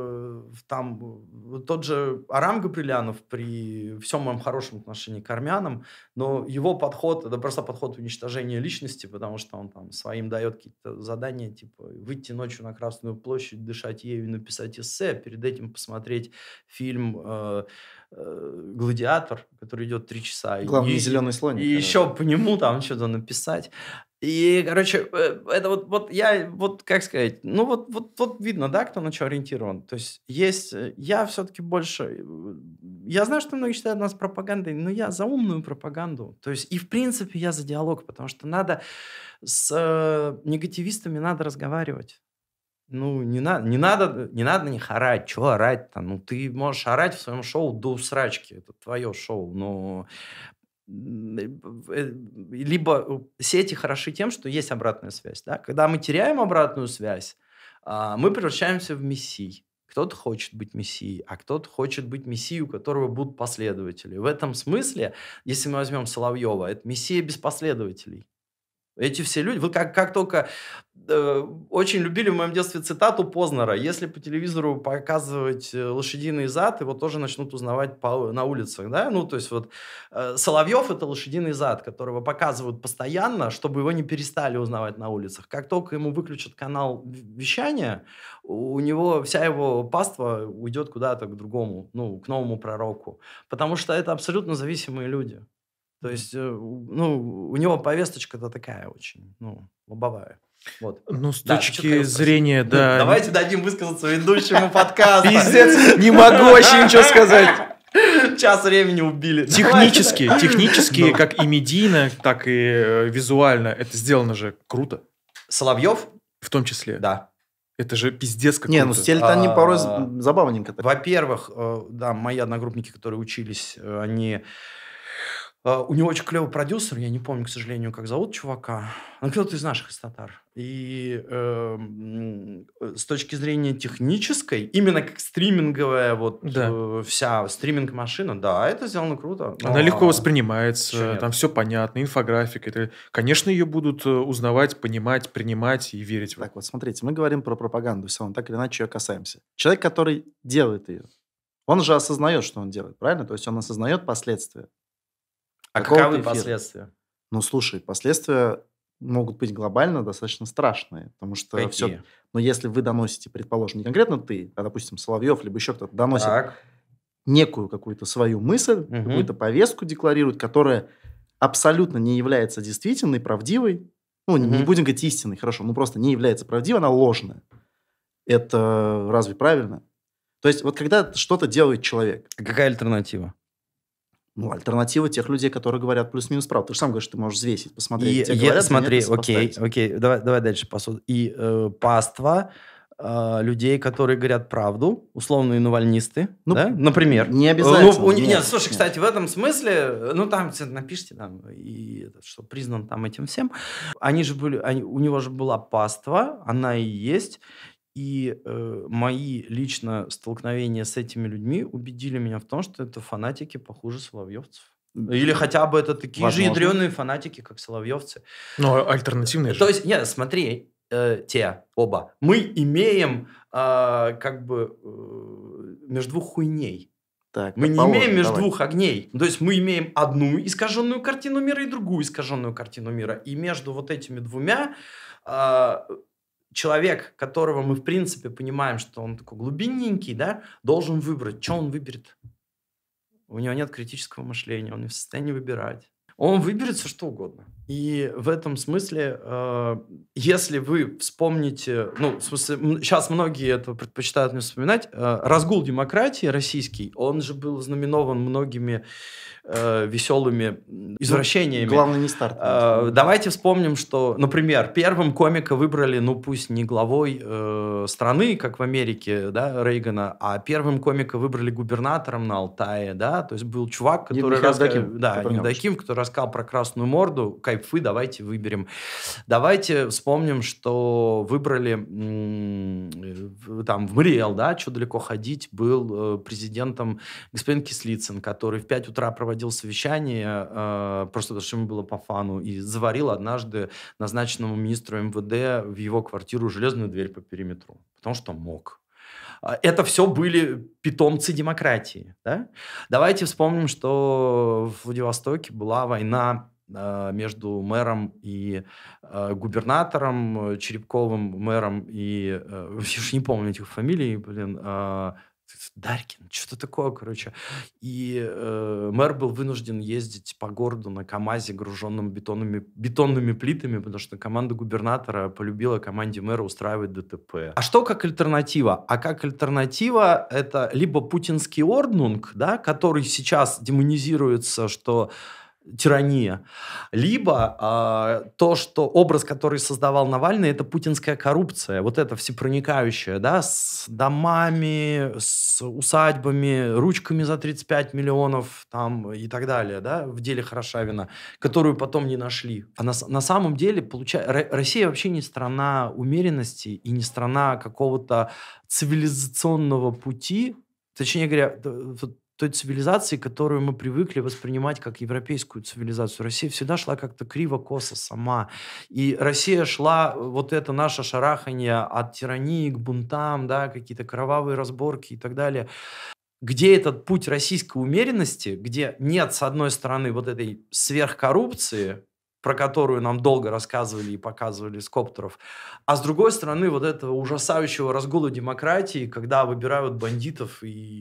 там тот же Арам Гаприлянов, при всем моем хорошем отношении к армянам, но его подход, это просто подход уничтожения личности, потому что он там своим дает какие-то задания, типа выйти ночью на Красную площадь, дышать ею и написать эссе, перед этим посмотреть фильм «Гладиатор», который идет 3 часа. Главный зеленый слоник. И еще по нему там что-то написать. И, короче, это вот я, как сказать, вот видно, да, кто на что ориентирован. То есть я все-таки больше, я знаю, что многие считают нас пропагандой, но я за умную пропаганду. То есть и, в принципе, я за диалог, потому что надо с негативистами надо разговаривать. Ну, не надо на них орать. Чего орать-то? Ну, ты можешь орать в своем шоу до срачки. Это твое шоу. Но либо сети хороши тем, что есть обратная связь. Да? Когда мы теряем обратную связь, мы превращаемся в мессий. Кто-то хочет быть мессией, а кто-то хочет быть мессией, у которого будут последователи. В этом смысле, если мы возьмем Соловьева, это мессия без последователей. Эти все люди, вы как только очень любили в моем детстве цитату Познера: если по телевизору показывать лошадиный зад, его тоже начнут узнавать на улицах, да? Ну, то есть вот Соловьев — это лошадиный зад, которого показывают постоянно, чтобы его не перестали узнавать на улицах. Как только ему выключат канал вещания, у него вся его паства уйдет куда-то к другому, ну, к новому пророку. Потому что это абсолютно зависимые люди. То есть, у него повесточка-то такая очень, лобовая. Вот. Ну, с Да, точки зрения, да. Давайте дадим высказаться ведущему подкаста. Пиздец, не могу вообще ничего сказать. Час времени убили. Технически, как и медийно, так и визуально, это сделано же круто. Соловьев? В том числе. Да. Это же пиздец как Не, круто. ну стиль-то они порой забавненько. Во-первых, да, мои одногруппники, которые учились, они... У него очень клевый продюсер, я не помню, к сожалению, как зовут чувака. Он кто-то из наших, из татар. И с точки зрения технической, именно как стриминговая вся стриминг-машина, да, это сделано круто. Она легко воспринимается, там все понятно, инфографика. Конечно, ее будут узнавать, понимать, принимать и верить в это. Так вот, смотрите, мы говорим про пропаганду, все, так или иначе ее касаемся. Человек, который делает ее, он же осознает, что он делает, правильно? То есть он осознает последствия. А каковы последствия? Ну, слушай, последствия могут быть глобально достаточно страшные, потому что Какие? все... Но если вы доносите, предположим, не конкретно ты, а, допустим, Соловьев, либо еще кто-то доносит некую какую-то свою мысль, какую-то повестку декларирует, которая абсолютно не является действительной, правдивой, ну, не будем говорить истинной, хорошо, просто не является правдивой, она ложная. Это разве правильно? То есть вот когда что-то делает человек... Какая альтернатива? Ну, альтернатива тех людей, которые говорят плюс-минус правду. Ты же сам говоришь, ты можешь взвесить, посмотреть. Смотри, окей, давай дальше. И паства людей, которые говорят правду, условные навальнисты, да? Например. Не обязательно. Нет, слушай, кстати, в этом смысле, там напишите, что признан там этим всем. Они же были, у него же была паства, она и есть. И мои лично столкновения с этими людьми убедили меня в том, что это фанатики похуже соловьевцев. Или хотя бы это такие же ядреные фанатики, как соловьевцы. Но альтернативные же. То есть, нет, смотри, те оба. Мы имеем между двух хуйней. Так, мы не имеем между двух огней. То есть мы имеем одну искаженную картину мира и другую искаженную картину мира. И между вот этими двумя... человек, которого мы, в принципе, понимаем, что он такой глубинненький, да, должен выбрать. Что он выберет? У него нет критического мышления, он не в состоянии выбирать. Он выберет все, что угодно. И в этом смысле, если вы вспомните... в смысле, сейчас многие это предпочитают не вспоминать. Разгул демократии российский, он же был знаменован многими веселыми извращениями. Главное, не старт. Давайте вспомним, что, например, первым комика выбрали, пусть не главой страны, как в Америке, да, Рейгана, а первым комика выбрали губернатором на Алтае, да, то есть был чувак, который Евдоким, который рассказал про красную морду, кайфы, давайте выберем. Давайте вспомним, что выбрали там в Мариэл, да, что далеко ходить, был президентом господин Кислицын, который в 5 утра проводил совещание, просто потому что ему было по фану, и заварил однажды назначенному министру МВД в его квартиру железную дверь по периметру, потому что мог. Это все были питомцы демократии. Да? Давайте вспомним, что в Владивостоке была война между мэром и губернатором, Черепковым мэром и... Я уж не помню этих фамилий, Дарькин, что-то такое, короче. И мэр был вынужден ездить по городу на КамАЗе, груженном бетонными плитами, потому что команда губернатора полюбила команде мэра устраивать ДТП. А что как альтернатива? А как альтернатива это либо путинский орднунг, да, который сейчас демонизируется, что тирания. Либо то, что образ, который создавал Навальный, это путинская коррупция. Вот это всепроникающая, да, с домами, с усадьбами, ручками за 35 миллионов там, и так далее, да, в деле Хорошавина, которую потом не нашли. А на самом деле, Россия вообще не страна умеренности и не страна какого-то цивилизационного пути, точнее говоря, той цивилизации, которую мы привыкли воспринимать как европейскую цивилизацию. Россия всегда шла как-то криво-косо сама. И Россия шла, вот это наше шарахание от тирании к бунтам, да, какие-то кровавые разборки и так далее. Где этот путь российской умеренности, где нет, с одной стороны, вот этой сверхкоррупции, про которую нам долго рассказывали и показывали с коптеров, а с другой стороны, вот этого ужасающего разгула демократии, когда выбирают бандитов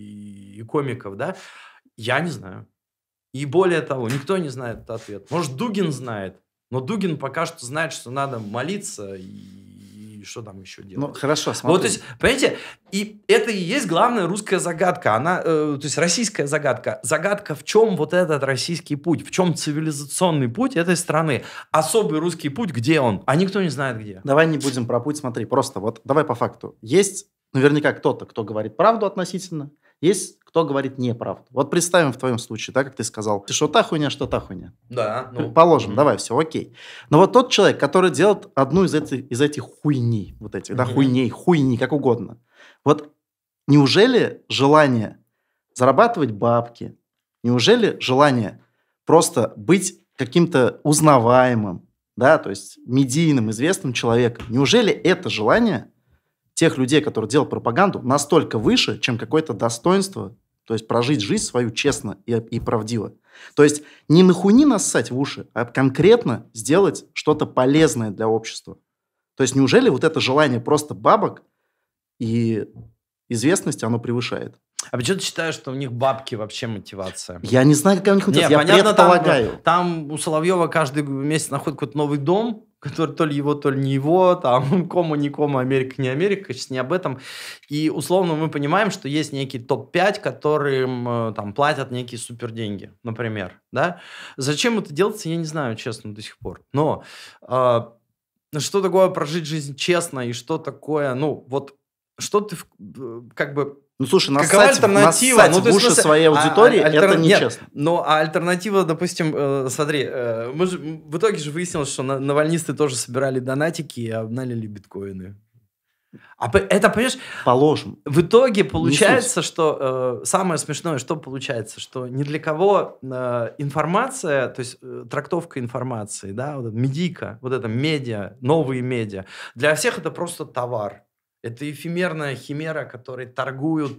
и комиков, да, я не знаю. И более того, никто не знает этот ответ. Может, Дугин знает, но Дугин пока что знает, что надо молиться и что там еще делать. Ну, хорошо, смотри. Вот, то есть, понимаете, и это и есть главная русская загадка, она, то есть российская загадка. Загадка, в чем вот этот российский путь, в чем цивилизационный путь этой страны. Особый русский путь, где он? А никто не знает, где. Давай не будем про путь, смотри, просто вот давай по факту. Есть наверняка кто-то, кто говорит правду относительно, есть кто говорит неправду. Вот представим в твоем случае, да, как ты сказал, что та хуйня, что та хуйня. Да. Предположим, давай, все, окей. Но вот тот человек, который делает одну из этих хуйней, вот этих, да, хуйни, как угодно. Вот неужели желание зарабатывать бабки, неужели желание просто быть каким-то узнаваемым, да, то есть медийным, известным человеком, неужели это желание тех людей, которые делают пропаганду, настолько выше, чем какое-то достоинство, то есть прожить жизнь свою честно и правдиво. То есть не на хуйни нассать в уши, а конкретно сделать что-то полезное для общества. То есть неужели вот это желание просто бабок и известности, оно превышает? А почему ты считаешь, что у них бабки вообще мотивация? Я не знаю, какая у них мотивация, я предполагаю. Там у Соловьева каждый месяц находит какой-то новый дом, который то ли его, то ли не его, там, кому, не кому, Америка, не Америка, сейчас не об этом. И условно мы понимаем, что есть некий топ-5, которым там платят некие суперденьги, например, да? Зачем это делается, я не знаю, честно, до сих пор. Но что такое прожить жизнь честно и что такое, ну, вот, что ты как бы... Ну, слушай, нассать в уши своей аудитории, это нечестно. Ну, а альтернатива, допустим, смотри, мы же, в итоге же выяснилось, что навальнисты тоже собирали донатики и обналили биткоины. А это, понимаешь... Положим. В итоге получается, что... самое смешное, что получается, что ни для кого информация, то есть трактовка информации, да, вот эта медийка, вот это медиа, новые медиа, для всех это просто товар. Это эфемерная химера, которой торгуют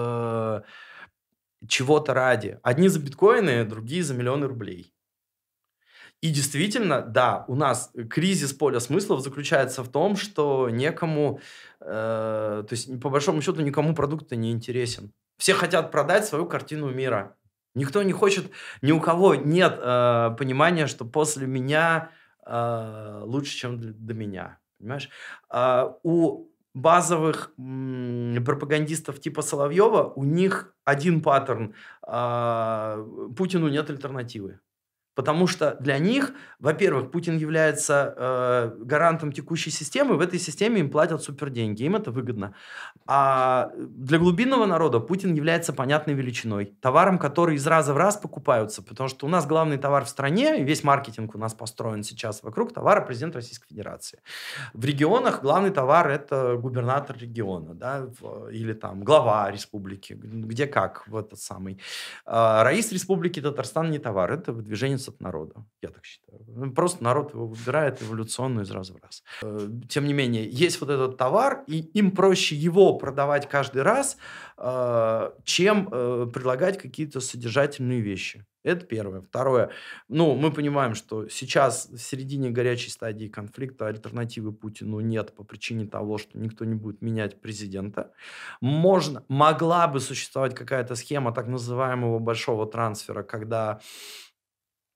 чего-то ради. Одни за биткоины, другие за миллионы рублей. И действительно, да, у нас кризис поля смыслов заключается в том, что некому, то есть по большому счету никому продукт не интересен. Все хотят продать свою картину мира. Никто не хочет, ни у кого нет понимания, что после меня лучше, чем до меня. Понимаешь? У базовых пропагандистов типа Соловьева, у них один паттерн. Путину нет альтернативы. Потому что для них, во-первых, Путин является гарантом текущей системы, в этой системе им платят суперденьги, им это выгодно. А для глубинного народа Путин является понятной величиной, товаром, который из раза в раз покупаются, потому что у нас главный товар в стране, весь маркетинг у нас построен сейчас вокруг товара президента Российской Федерации. В регионах главный товар – это губернатор региона, да, или там глава республики, где как, в этот самый. Раис Республики Татарстан не товар, это выдвижение от народа, я так считаю. Просто народ его выбирает эволюционно из раза в раз. Тем не менее, есть вот этот товар, и им проще его продавать каждый раз, чем предлагать какие-то содержательные вещи. Это первое. Второе. Ну, мы понимаем, что сейчас в середине горячей стадии конфликта альтернативы Путину нет по причине того, что никто не будет менять президента. Могла бы существовать какая-то схема так называемого большого трансфера, когда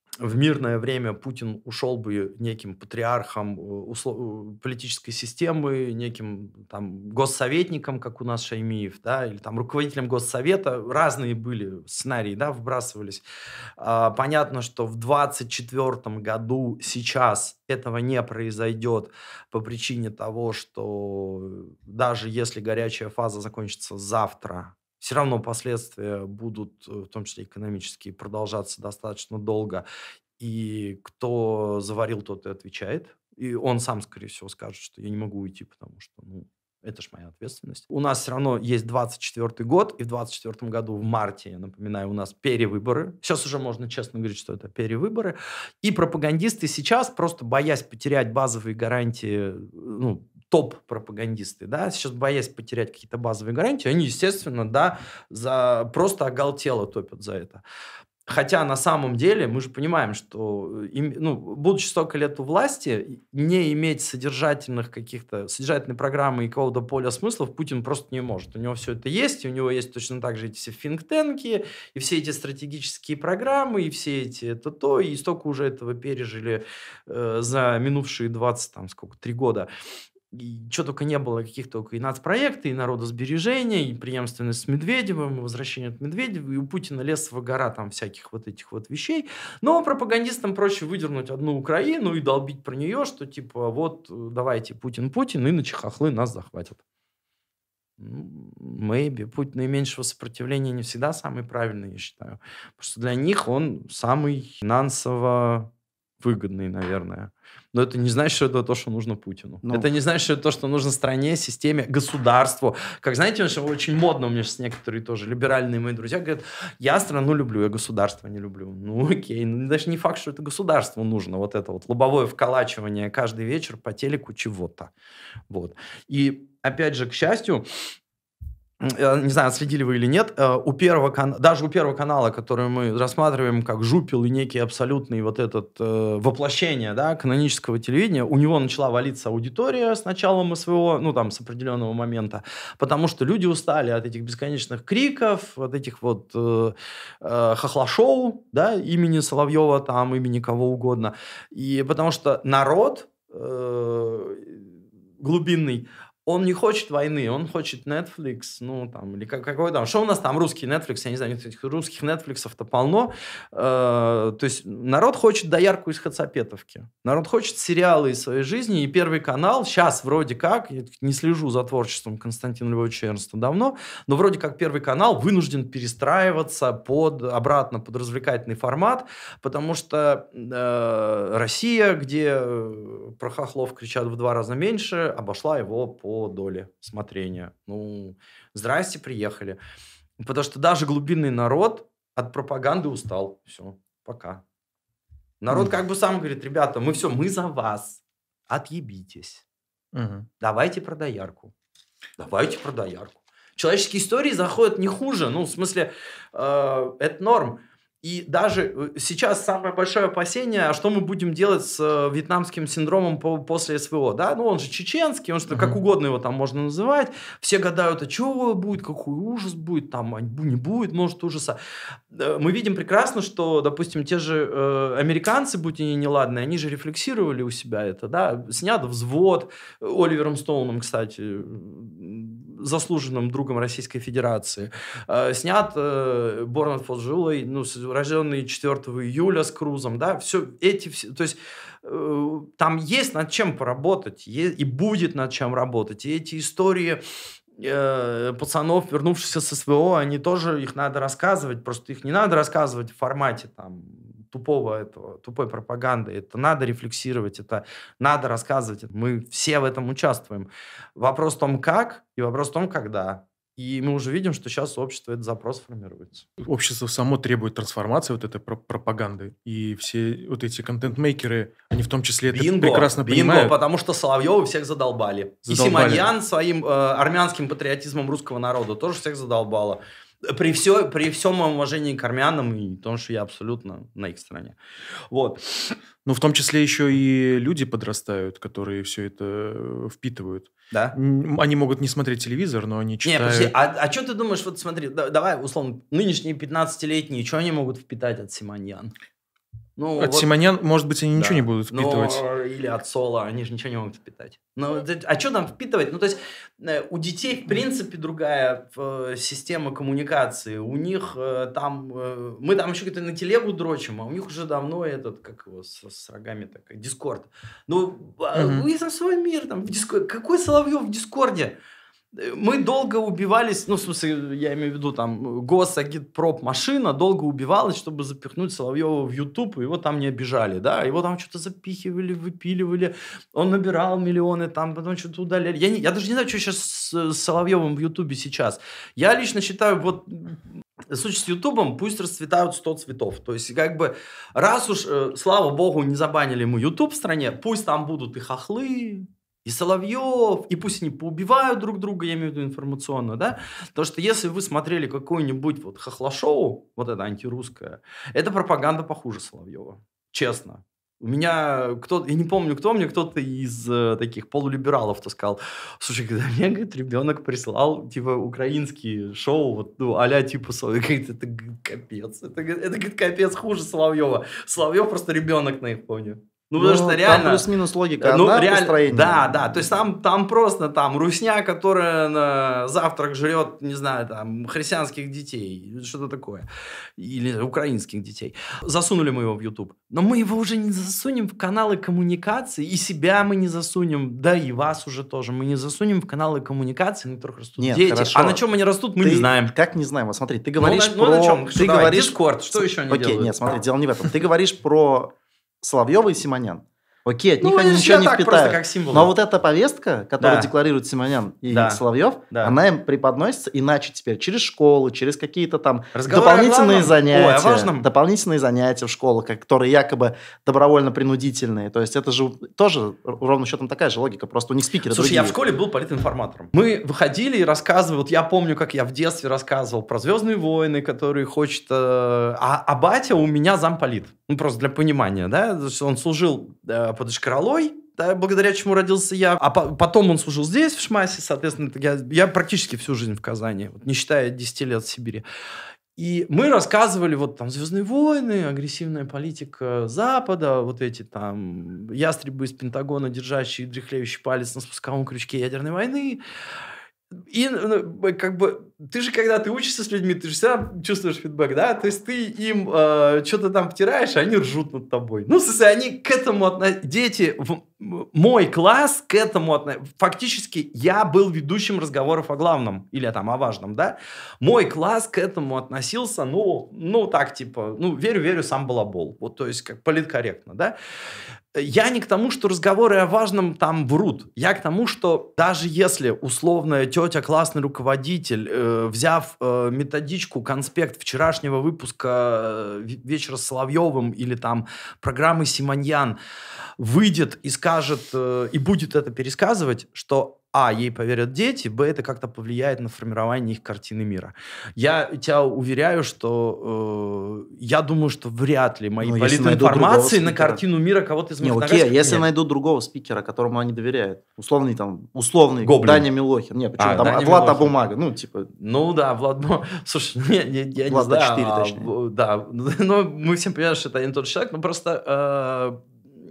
в мирное время Путин ушел бы неким патриархом политической системы, неким там госсоветником, как у нас Шаймиев, да, или там руководителем Госсовета. Разные были сценарии, да, вбрасывались. Понятно, что в 2024 году сейчас этого не произойдет по причине того, что даже если горячая фаза закончится завтра, все равно последствия будут, в том числе экономические, продолжаться достаточно долго. И кто заварил, тот и отвечает. И он сам, скорее всего, скажет, что я не могу уйти, потому что, это ж моя ответственность. У нас все равно есть 24 год, и в 24 году в марте, я напоминаю, у нас перевыборы. Сейчас уже можно честно говорить, что это перевыборы. И пропагандисты сейчас, просто боясь потерять базовые гарантии, топ-пропагандисты, да, сейчас боясь потерять какие-то базовые гарантии, они, естественно, да, просто оголтело топят за это. Хотя на самом деле мы же понимаем, что, будучи столько лет у власти, не иметь содержательной программы и какого-то поля смыслов Путин просто не может. У него все это есть, и у него есть точно так же эти все think-танки, и все эти стратегические программы, и все эти и столько уже этого пережили за минувшие 3 года. И что только не было, каких только и нацпроекты, и народосбережения, и преемственность с Медведевым, и возвращение от Медведева, и у Путина лесовая гора там всяких вот этих вот вещей. Но пропагандистам проще выдернуть одну Украину и долбить про нее, что типа вот давайте Путин, иначе хохлы нас захватят. Maybe. Путь наименьшего сопротивления не всегда самый правильный, я считаю. Потому что для них он самый финансово выгодный, наверное. Но это не значит, что это то, что нужно Путину. Это не значит, что это то, что нужно стране, системе, государству. Как, знаете, что очень модно, у меня сейчас некоторые тоже либеральные мои друзья говорят, я страну люблю, я государство не люблю. Окей, даже не факт, что это государству нужно, вот это вот лобовое вколачивание каждый вечер по телеку чего-то. Вот. И, опять же, к счастью, не знаю, следили вы или нет, даже у Первого канала, который мы рассматриваем как жупел и некий абсолютный вот этот воплощение, да, канонического телевидения, у него начала валиться аудитория с началом СВО, с определенного момента, потому что люди устали от этих бесконечных криков, от этих вот хохлошоу, да, имени Соловьева, там, имени кого угодно, и потому что народ глубинный, он не хочет войны, он хочет Netflix, или какой там. Что у нас там русский Netflix? Я не знаю, этих русских Netflix'ов-то полно. То есть народ хочет доярку из Хацапетовки. Народ хочет сериалы из своей жизни. И Первый канал сейчас вроде как, я не слежу за творчеством Константина Львовича Эрнста давно, но вроде как Первый канал вынужден перестраиваться обратно под развлекательный формат, потому что Россия, где про хохлов кричат в 2 раза меньше, обошла его по доле смотрения. Здрасте, приехали. Потому что даже глубинный народ от пропаганды устал. Все, пока. Народ как бы сам говорит, ребята, мы за вас. Отъебитесь. Давайте про доярку. Человеческие истории заходят не хуже. В смысле, это норм. И даже сейчас самое большое опасение, а что мы будем делать с вьетнамским синдромом после СВО, да? Он же чеченский, он что как угодно его там можно называть. Все гадают, а что будет, какой ужас будет, там не будет, может, ужаса. Мы видим прекрасно, что, допустим, те же американцы, будь они неладные, они же рефлексировали у себя это, да? Снят «Взвод» Оливером Стоуном, кстати, заслуженным другом Российской Федерации. Снят «Born at Fallujah», рожденный 4 июля с Крузом, да, то есть там есть над чем поработать, и будет над чем работать. И эти истории пацанов, вернувшихся с СВО, они тоже, их надо рассказывать, просто их не надо рассказывать в формате там тупой пропаганды. Это надо рефлексировать, это надо рассказывать. Мы все в этом участвуем. Вопрос в том, как, и вопрос в том, когда. И мы уже видим, что сейчас общество этот запрос формируется. Общество само требует трансформации вот этой пропаганды. И все вот эти контент-мейкеры, они в том числе это прекрасно понимают. Потому что Соловьевы всех задолбали. И Симоньян своим армянским патриотизмом русского народа тоже всех задолбала. При всем моем уважении к армянам и том, что я абсолютно на их стороне. Вот. В том числе еще и люди подрастают, которые все это впитывают. Да. Они могут не смотреть телевизор, но они читают... Не, подожди, что ты думаешь, вот смотри, давай, условно, нынешние 15-летние, что они могут впитать от Симоньян? Ну, От Симонян, может быть, они ничего не будут впитывать. Или от Соло, они же ничего не могут впитать. А что там впитывать? Ну, то есть, у детей, в принципе, другая система коммуникации. У них там... мы там еще где-то на телегу дрочим, а у них уже давно как его, с рогами такой, Дискорд. Ну, у них там свой мир, там, в Дискорде. Какой Соловьев в Дискорде? Мы долго убивались, ну, в смысле, я имею в виду, там, госагитпроп машина долго убивалась, чтобы запихнуть Соловьева в YouTube, и его там не обижали, да, его там что-то запихивали, выпиливали, он набирал миллионы, там, потом что-то удаляли. Я даже не знаю, что сейчас с Соловьевым в YouTube сейчас. Я лично считаю, вот, в случае с Ютубом пусть расцветают 100 цветов. То есть, как бы, раз уж, слава богу, не забанили мы YouTube в стране, пусть там будут и хохлы, и Соловьев, и пусть они поубивают друг друга, я имею в виду информационно, да, потому что если вы смотрели какое-нибудь вот хохлошоу, вот это антирусское, это пропаганда похуже Соловьева, честно. У меня я не помню, кто-то из таких полулибералов-то сказал, слушай, когда мне, говорит, ребенок прислал, типа, украинские шоу, вот, ну, а-ля, типа, Соловьев, говорит, это капец, это, говорит, капец хуже Соловьева. Соловьев просто ребенок на их фоне. Ну, потому что реально... Там плюс-минус логика одна, построение. Да, то есть там просто русня, которая на завтрак жрет, не знаю, там, христианских детей, что-то такое, или украинских детей. Засунули мы его в YouTube. Но мы его уже не засунем в каналы коммуникации, и себя мы не засунем, да и вас уже тоже, мы не засунем в каналы коммуникации, на которых растут дети. Хорошо. А на чем они растут, мы не знаем. Как не знаем? Вот смотри, ты говоришь на чем? Ты говоришь... Дискорд, что еще они делают? Окей, нет, смотри, дело не в этом. Ты говоришь про Соловьева и Симонян. Окей, от них они ничего не так, впитают. Как символ. Но вот эта повестка, которую декларируют Симонян и Соловьев, она им преподносится иначе теперь через школу, через какие-то там дополнительные занятия. Дополнительные занятия в школах, которые якобы добровольно-принудительные. То есть это же тоже ровно счетом такая же логика, просто у них спикеры другие. Слушай, я в школе был политинформатором. Мы выходили и рассказывали, вот я помню, как я в детстве рассказывал про «Звездные войны», которые хочет... А батя у меня замполит. Ну, просто для понимания, да, он служил под Ишкаралой, да, благодаря чему родился я. А потом он служил здесь, в Шмасе, соответственно, я практически всю жизнь в Казани, вот, не считая 10 лет в Сибири. И мы рассказывали, вот там «Звездные войны», агрессивная политика Запада, вот эти там ястребы из Пентагона, держащие дряхлеющий палец на спусковом крючке ядерной войны. И как бы ты же, когда ты учишься с людьми, ты же всегда чувствуешь фидбэк, да? То есть ты им что-то там втираешь, а они ржут над тобой. Ну, в смысле, они к этому относятся. Дети, мой класс к этому относится. Фактически я был ведущим разговоров о главном или там о важном, да? Мой класс к этому относился, ну так, типа, верю, сам балабол. Вот, то есть, как политкорректно, да? Я не к тому, что разговоры о важном там врут. Я к тому, что даже если условная тетя, классный руководитель, взяв методичку, конспект вчерашнего выпуска «Вечера с Соловьевым» или там программы Симоньян, выйдет и скажет, и будет это пересказывать, что ей поверят дети, это как-то повлияет на формирование их картины мира. Я тебя уверяю, что я думаю, что вряд ли мои политинформации на картину мира кого-то из моих одногруппников. Если найдут другого спикера, которому они доверяют, условный Гоблин. Даня Милохин. Нет, почему там Влад Бумага, Ну да, Влад Бумага. Слушай, я Влад не знаю. 4, точнее. Да, но мы всем понимаем, что это один и тот же человек, но просто...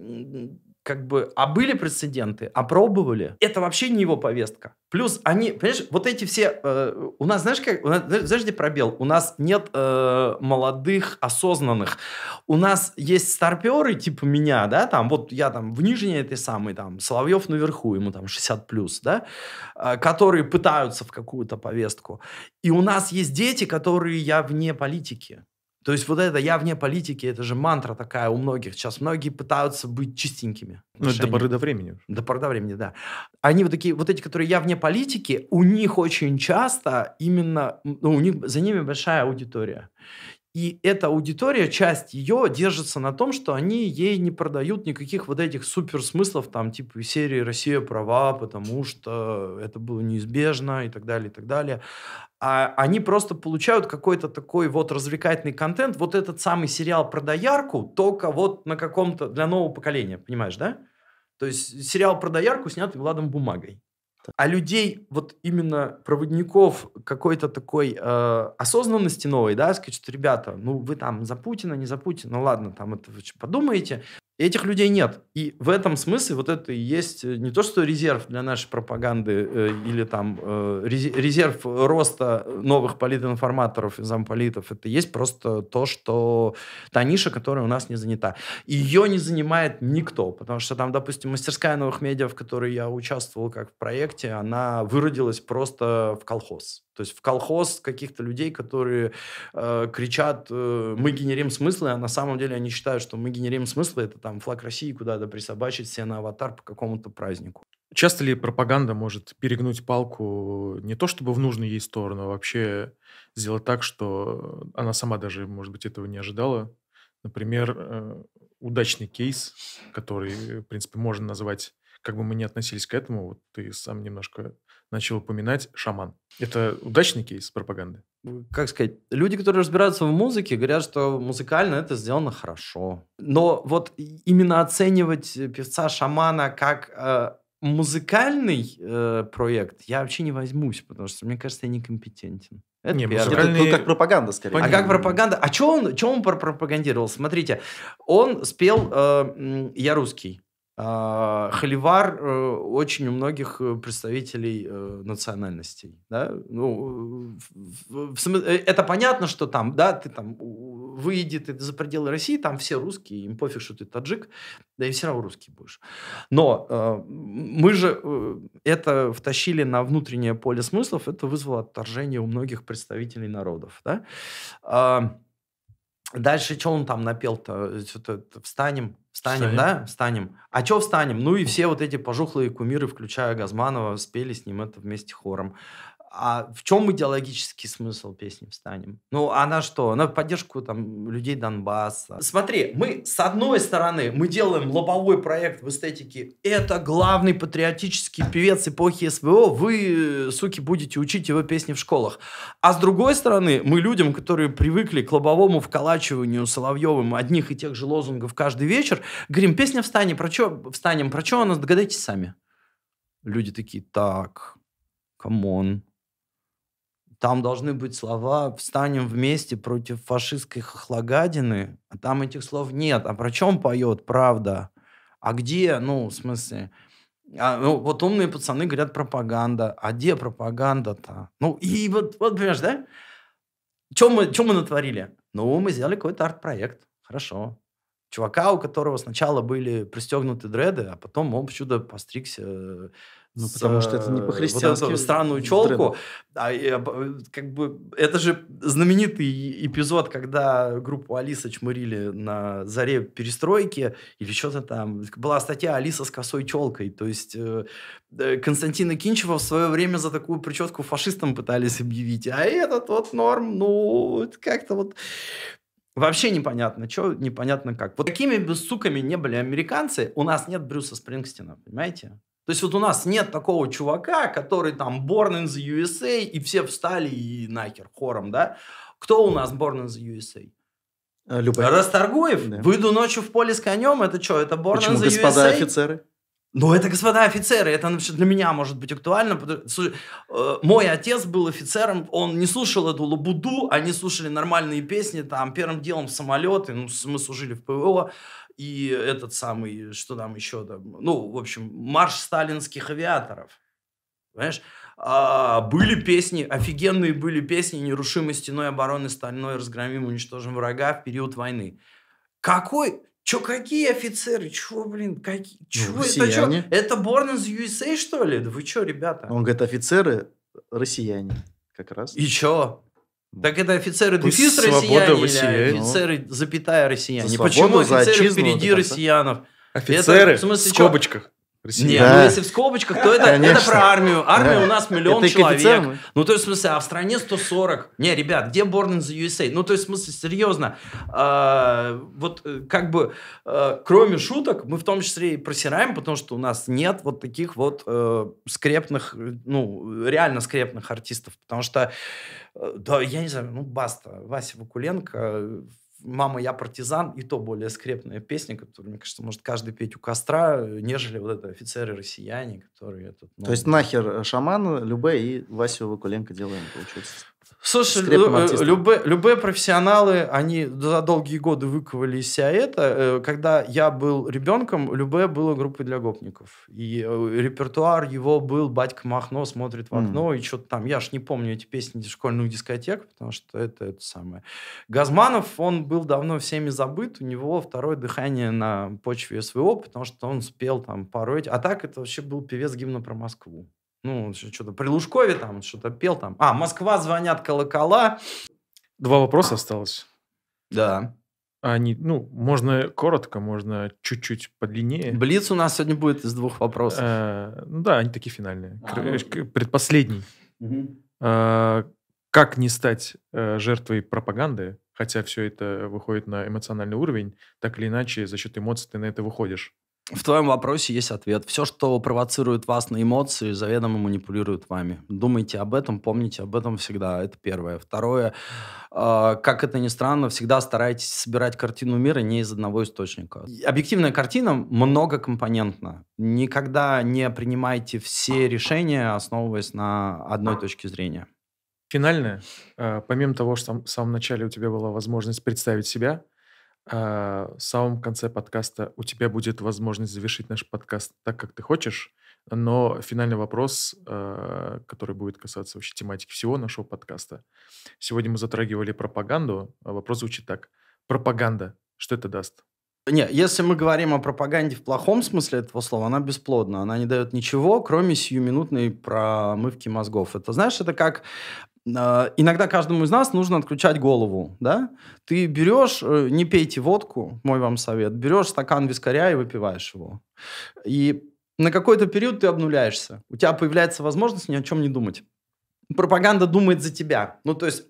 как бы, были прецеденты, опробовали. Это вообще не его повестка. Плюс они, понимаешь, вот эти все... у нас, знаешь, знаешь, где пробел? У нас нет молодых, осознанных. У нас есть старперы, типа меня, да, там, вот я там в нижней этой самой, там, Соловьев наверху, ему там 60+, да, которые пытаются в какую-то повестку. И у нас есть дети, которые я вне политики. То есть вот это «я вне политики» — это же мантра такая у многих. Сейчас многие пытаются быть чистенькими. Ну, это до поры до времени. До поры до времени, да. Они вот такие, вот эти, которые «я вне политики», у них очень часто именно, за ними большая аудитория. И эта аудитория, часть ее держится на том, что они ей не продают никаких вот этих суперсмыслов, там, типа серии «Россия права», потому что это было неизбежно и так далее, и так далее. А они просто получают какой-то такой вот развлекательный контент, вот этот самый сериал про доярку, только вот на каком-то, для нового поколения, понимаешь, да? То есть сериал про доярку снят Владом Бумагой. А людей, вот именно проводников какой-то такой осознанности новой, да, сказать, что, ребята, ну, вы там за Путина, не за Путина, ну, ладно, там это вы подумаете. Этих людей нет. И в этом смысле вот это и есть не то, что резерв для нашей пропаганды или там резерв роста новых политинформаторов и замполитов. Это есть просто то, что та ниша, которая у нас не занята. Ее не занимает никто, потому что там, допустим, мастерская новых медиа, в которой я участвовал как в проекте, она выродилась просто в колхоз. То есть в колхоз каких-то людей, которые кричат «мы генерим смыслы», а на самом деле они считают, что мы генерим смыслы, это там флаг России куда-то присобачить себе на аватар по какому-то празднику. Часто ли пропаганда может перегнуть палку не то чтобы в нужную ей сторону, а вообще сделать так, что она сама даже, может быть, этого не ожидала? Например, удачный кейс, который, в принципе, можно назвать, как бы мы ни относились к этому, вот ты сам немножко начал упоминать, «Шаман». Это удачный кейс пропаганды? Как сказать, люди, которые разбираются в музыке, говорят, что музыкально это сделано хорошо. Но вот именно оценивать певца-шамана как музыкальный проект я вообще не возьмусь, потому что, мне кажется, я некомпетентен. Это Не, первое. музыкальный- Это как пропаганда, скорее. А как пропаганда? А что он пропагандировал? Смотрите, он спел «Я русский». Холивар очень у многих представителей национальностей. Да? Ну, это понятно, что там, да, ты там выйди ты за пределы России, там все русские, им пофиг, что ты таджик, да и все равно русский будешь. Но мы же это втащили на внутреннее поле смыслов, это вызвало отторжение у многих представителей народов. Да? Дальше что он там напел-то? Что-то встанем, да? Встанем. А что встанем? Ну и все вот эти пожухлые кумиры, включая Газманова, спели с ним это вместе хором. А в чем идеологический смысл песни «Встанем»? Ну, она что? Она в поддержку там людей Донбасса. Смотри, мы, с одной стороны, мы делаем лобовой проект в эстетике. Это главный патриотический певец эпохи СВО. Вы, суки, будете учить его песни в школах. А с другой стороны, мы людям, которые привыкли к лобовому вколачиванию Соловьевым одних и тех же лозунгов каждый вечер, говорим, песня «Встанем». Про что «Встанем»? Про что она? Догадайтесь сами. Люди такие, так, камон. Там должны быть слова «встанем вместе против фашистской хохлогадины», а там этих слов нет. А про чем поет «Правда»? А где, ну, в смысле... вот умные пацаны говорят пропаганда. А где пропаганда-то? Ну, и вот понимаешь, да? Что мы натворили? Ну, мы сделали какой-то арт-проект. Хорошо. Чувака, у которого сначала были пристегнуты дреды, а потом он чудо постригся... Ну, потому что это не по-христиански. Вот эту странную челку. Как бы, это же знаменитый эпизод, когда группу Алиса чмырили на заре перестройки, или что-то там. Была статья «Алиса с косой челкой». То есть Константина Кинчева в свое время за такую прическу фашистам пытались объявить. А этот вот норм, ну, как-то вот... Вообще непонятно, что, непонятно как. Вот какими бы суками не были американцы, у нас нет Брюса Спрингстина, понимаете? То есть вот у нас нет такого чувака, который там born in the USA, и все встали и нахер хором, да? Кто у нас born in the USA? Расторгуев? Да. Выйду ночью в поле с конем, это что, это born Почему, in the господа USA? офицеры? Ну, это господа офицеры, это для меня может быть актуально. Мой отец был офицером, он не слушал эту лабуду, они слушали нормальные песни, там, первым делом самолеты, ну, мы служили в ПВО, и этот самый, что там еще, там, ну, в общем, марш сталинских авиаторов, понимаешь? Были песни, офигенные были песни «Нерушимой стеной обороны стальной разгромим, уничтожим врага» в период войны. Какие офицеры? Чё, блин? Чё, это чё? Это born in the USA, что ли? Да вы чё, ребята? Он говорит, офицеры россияне как раз. И чё? Так это офицеры дефис россияне или офицеры запятая россияне? Почему офицеры впереди россиянов? Офицеры в скобочках. Нет, ну если в скобочках, то это про армию. Армия у нас 1 000 000 человек. Ну, то есть, в смысле, а в стране 140. Не, ребят, где born in the USA? Ну, то есть, в смысле, серьезно. Вот как бы, кроме шуток, мы в том числе и просираем, потому что у нас нет вот таких вот скрепных, ну, реально скрепных артистов. Потому что, да, я не знаю, ну, Баста, Вася Вакуленко... «Мама, я партизан», и то более скрепная песня, которую, мне кажется, может каждый петь у костра, нежели вот это «Офицеры-россияне», которые... То есть нахер шаман, Любэ и Васю Вакуленко делаем, получается. Слушай, любые профессионалы, они за долгие годы выковали из себя это. Когда я был ребенком, Любэ была группой для гопников. И репертуар его был «Батька Махно смотрит в окно», и что-то там. Я ж не помню эти песни школьных дискотек, потому что это самое. Газманов, он был давно всеми забыт. У него второе дыхание на почве СВО, потому что он спел там пару этих. А так это вообще был певец гимна про Москву. Ну, что-то при Лужкове там что-то пел там. «Москва, звонят колокола». 2 вопроса осталось. Да. Они, можно коротко, можно чуть-чуть подлиннее. Блиц у нас сегодня будет из 2 вопросов. Да, они такие финальные. Предпоследний. Как не стать жертвой пропаганды, хотя все это выходит на эмоциональный уровень, так или иначе за счет эмоций ты на это выходишь? В твоем вопросе есть ответ. Все, что провоцирует вас на эмоции, заведомо манипулирует вами. Думайте об этом, помните об этом всегда. Это первое. Второе, как это ни странно, всегда старайтесь собирать картину мира не из одного источника. Объективная картина многокомпонентна. Никогда не принимайте все решения, основываясь на одной точке зрения. Финальное. Помимо того, что в самом начале у тебя была возможность представить себя, в самом конце подкаста у тебя будет возможность завершить наш подкаст так, как ты хочешь, но финальный вопрос, который будет касаться вообще тематики всего нашего подкаста. Сегодня мы затрагивали пропаганду, а вопрос звучит так. Пропаганда, что это даст? Не, если мы говорим о пропаганде в плохом смысле этого слова, она бесплодна. Она не дает ничего, кроме сиюминутной промывки мозгов. Это, знаешь, это как... Иногда каждому из нас нужно отключать голову, да? Ты берешь, не пейте водку, мой вам совет, берешь стакан вискаря и выпиваешь его. И на какой-то период ты обнуляешься. У тебя появляется возможность ни о чем не думать. Пропаганда думает за тебя. Ну, то есть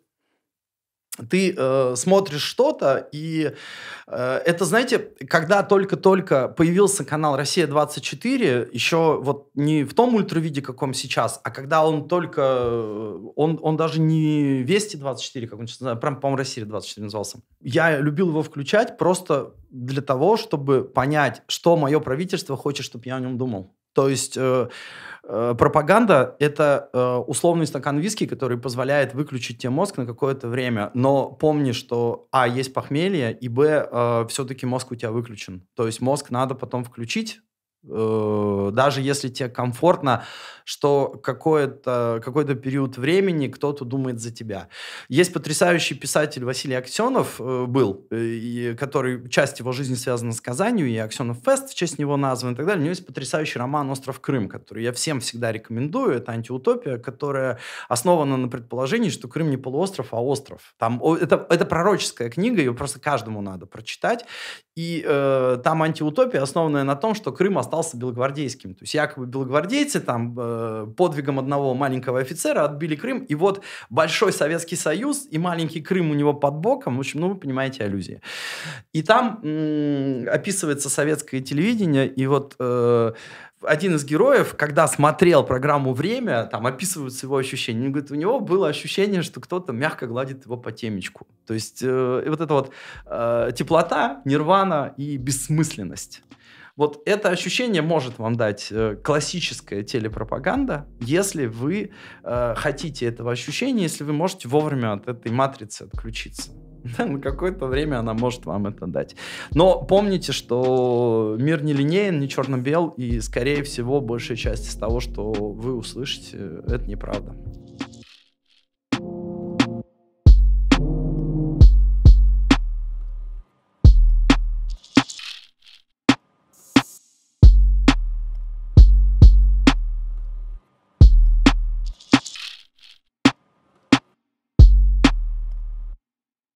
ты смотришь что-то, и это, знаете, когда только-только появился канал «Россия-24», еще вот не в том ультравиде, каком сейчас, а когда он только... Он даже не «Вести-24», как он сейчас называется, прям, по-моему, «Россия-24» назывался. Я любил его включать просто для того, чтобы понять, что мое правительство хочет, чтобы я о нем думал. То есть пропаганда – это условный стакан виски, который позволяет выключить тебе мозг на какое-то время. Но помни, что есть похмелье, и все-таки мозг у тебя выключен. То есть мозг надо потом включить, даже если тебе комфортно, что какой-то период времени кто-то думает за тебя. Есть потрясающий писатель Василий Аксенов был, который часть его жизни связана с Казанью, и Аксенов Фест в честь него назван и так далее. У него есть потрясающий роман «Остров Крым», который я всем всегда рекомендую. Это антиутопия, которая основана на предположении, что Крым не полуостров, а остров. Это пророческая книга, ее просто каждому надо прочитать. И там антиутопия, основанная на том, что Крым остался белогвардейским. То есть якобы белогвардейцы там подвигом одного маленького офицера отбили Крым, и вот Большой Советский Союз и маленький Крым у него под боком. В общем, вы понимаете аллюзии. И там описывается советское телевидение, и вот один из героев, когда смотрел программу «Время», там описываются его ощущения. Он говорит, у него было ощущение, что кто-то мягко гладит его по темечку. То есть вот эта вот теплота, нирвана и бессмысленность. Вот это ощущение может вам дать классическая телепропаганда, если вы хотите этого ощущения, если вы можете вовремя от этой матрицы отключиться. На какое-то время она может вам это дать. Но помните, что мир не линеен, не черно-бел, и, скорее всего, большая часть из того, что вы услышите, это неправда.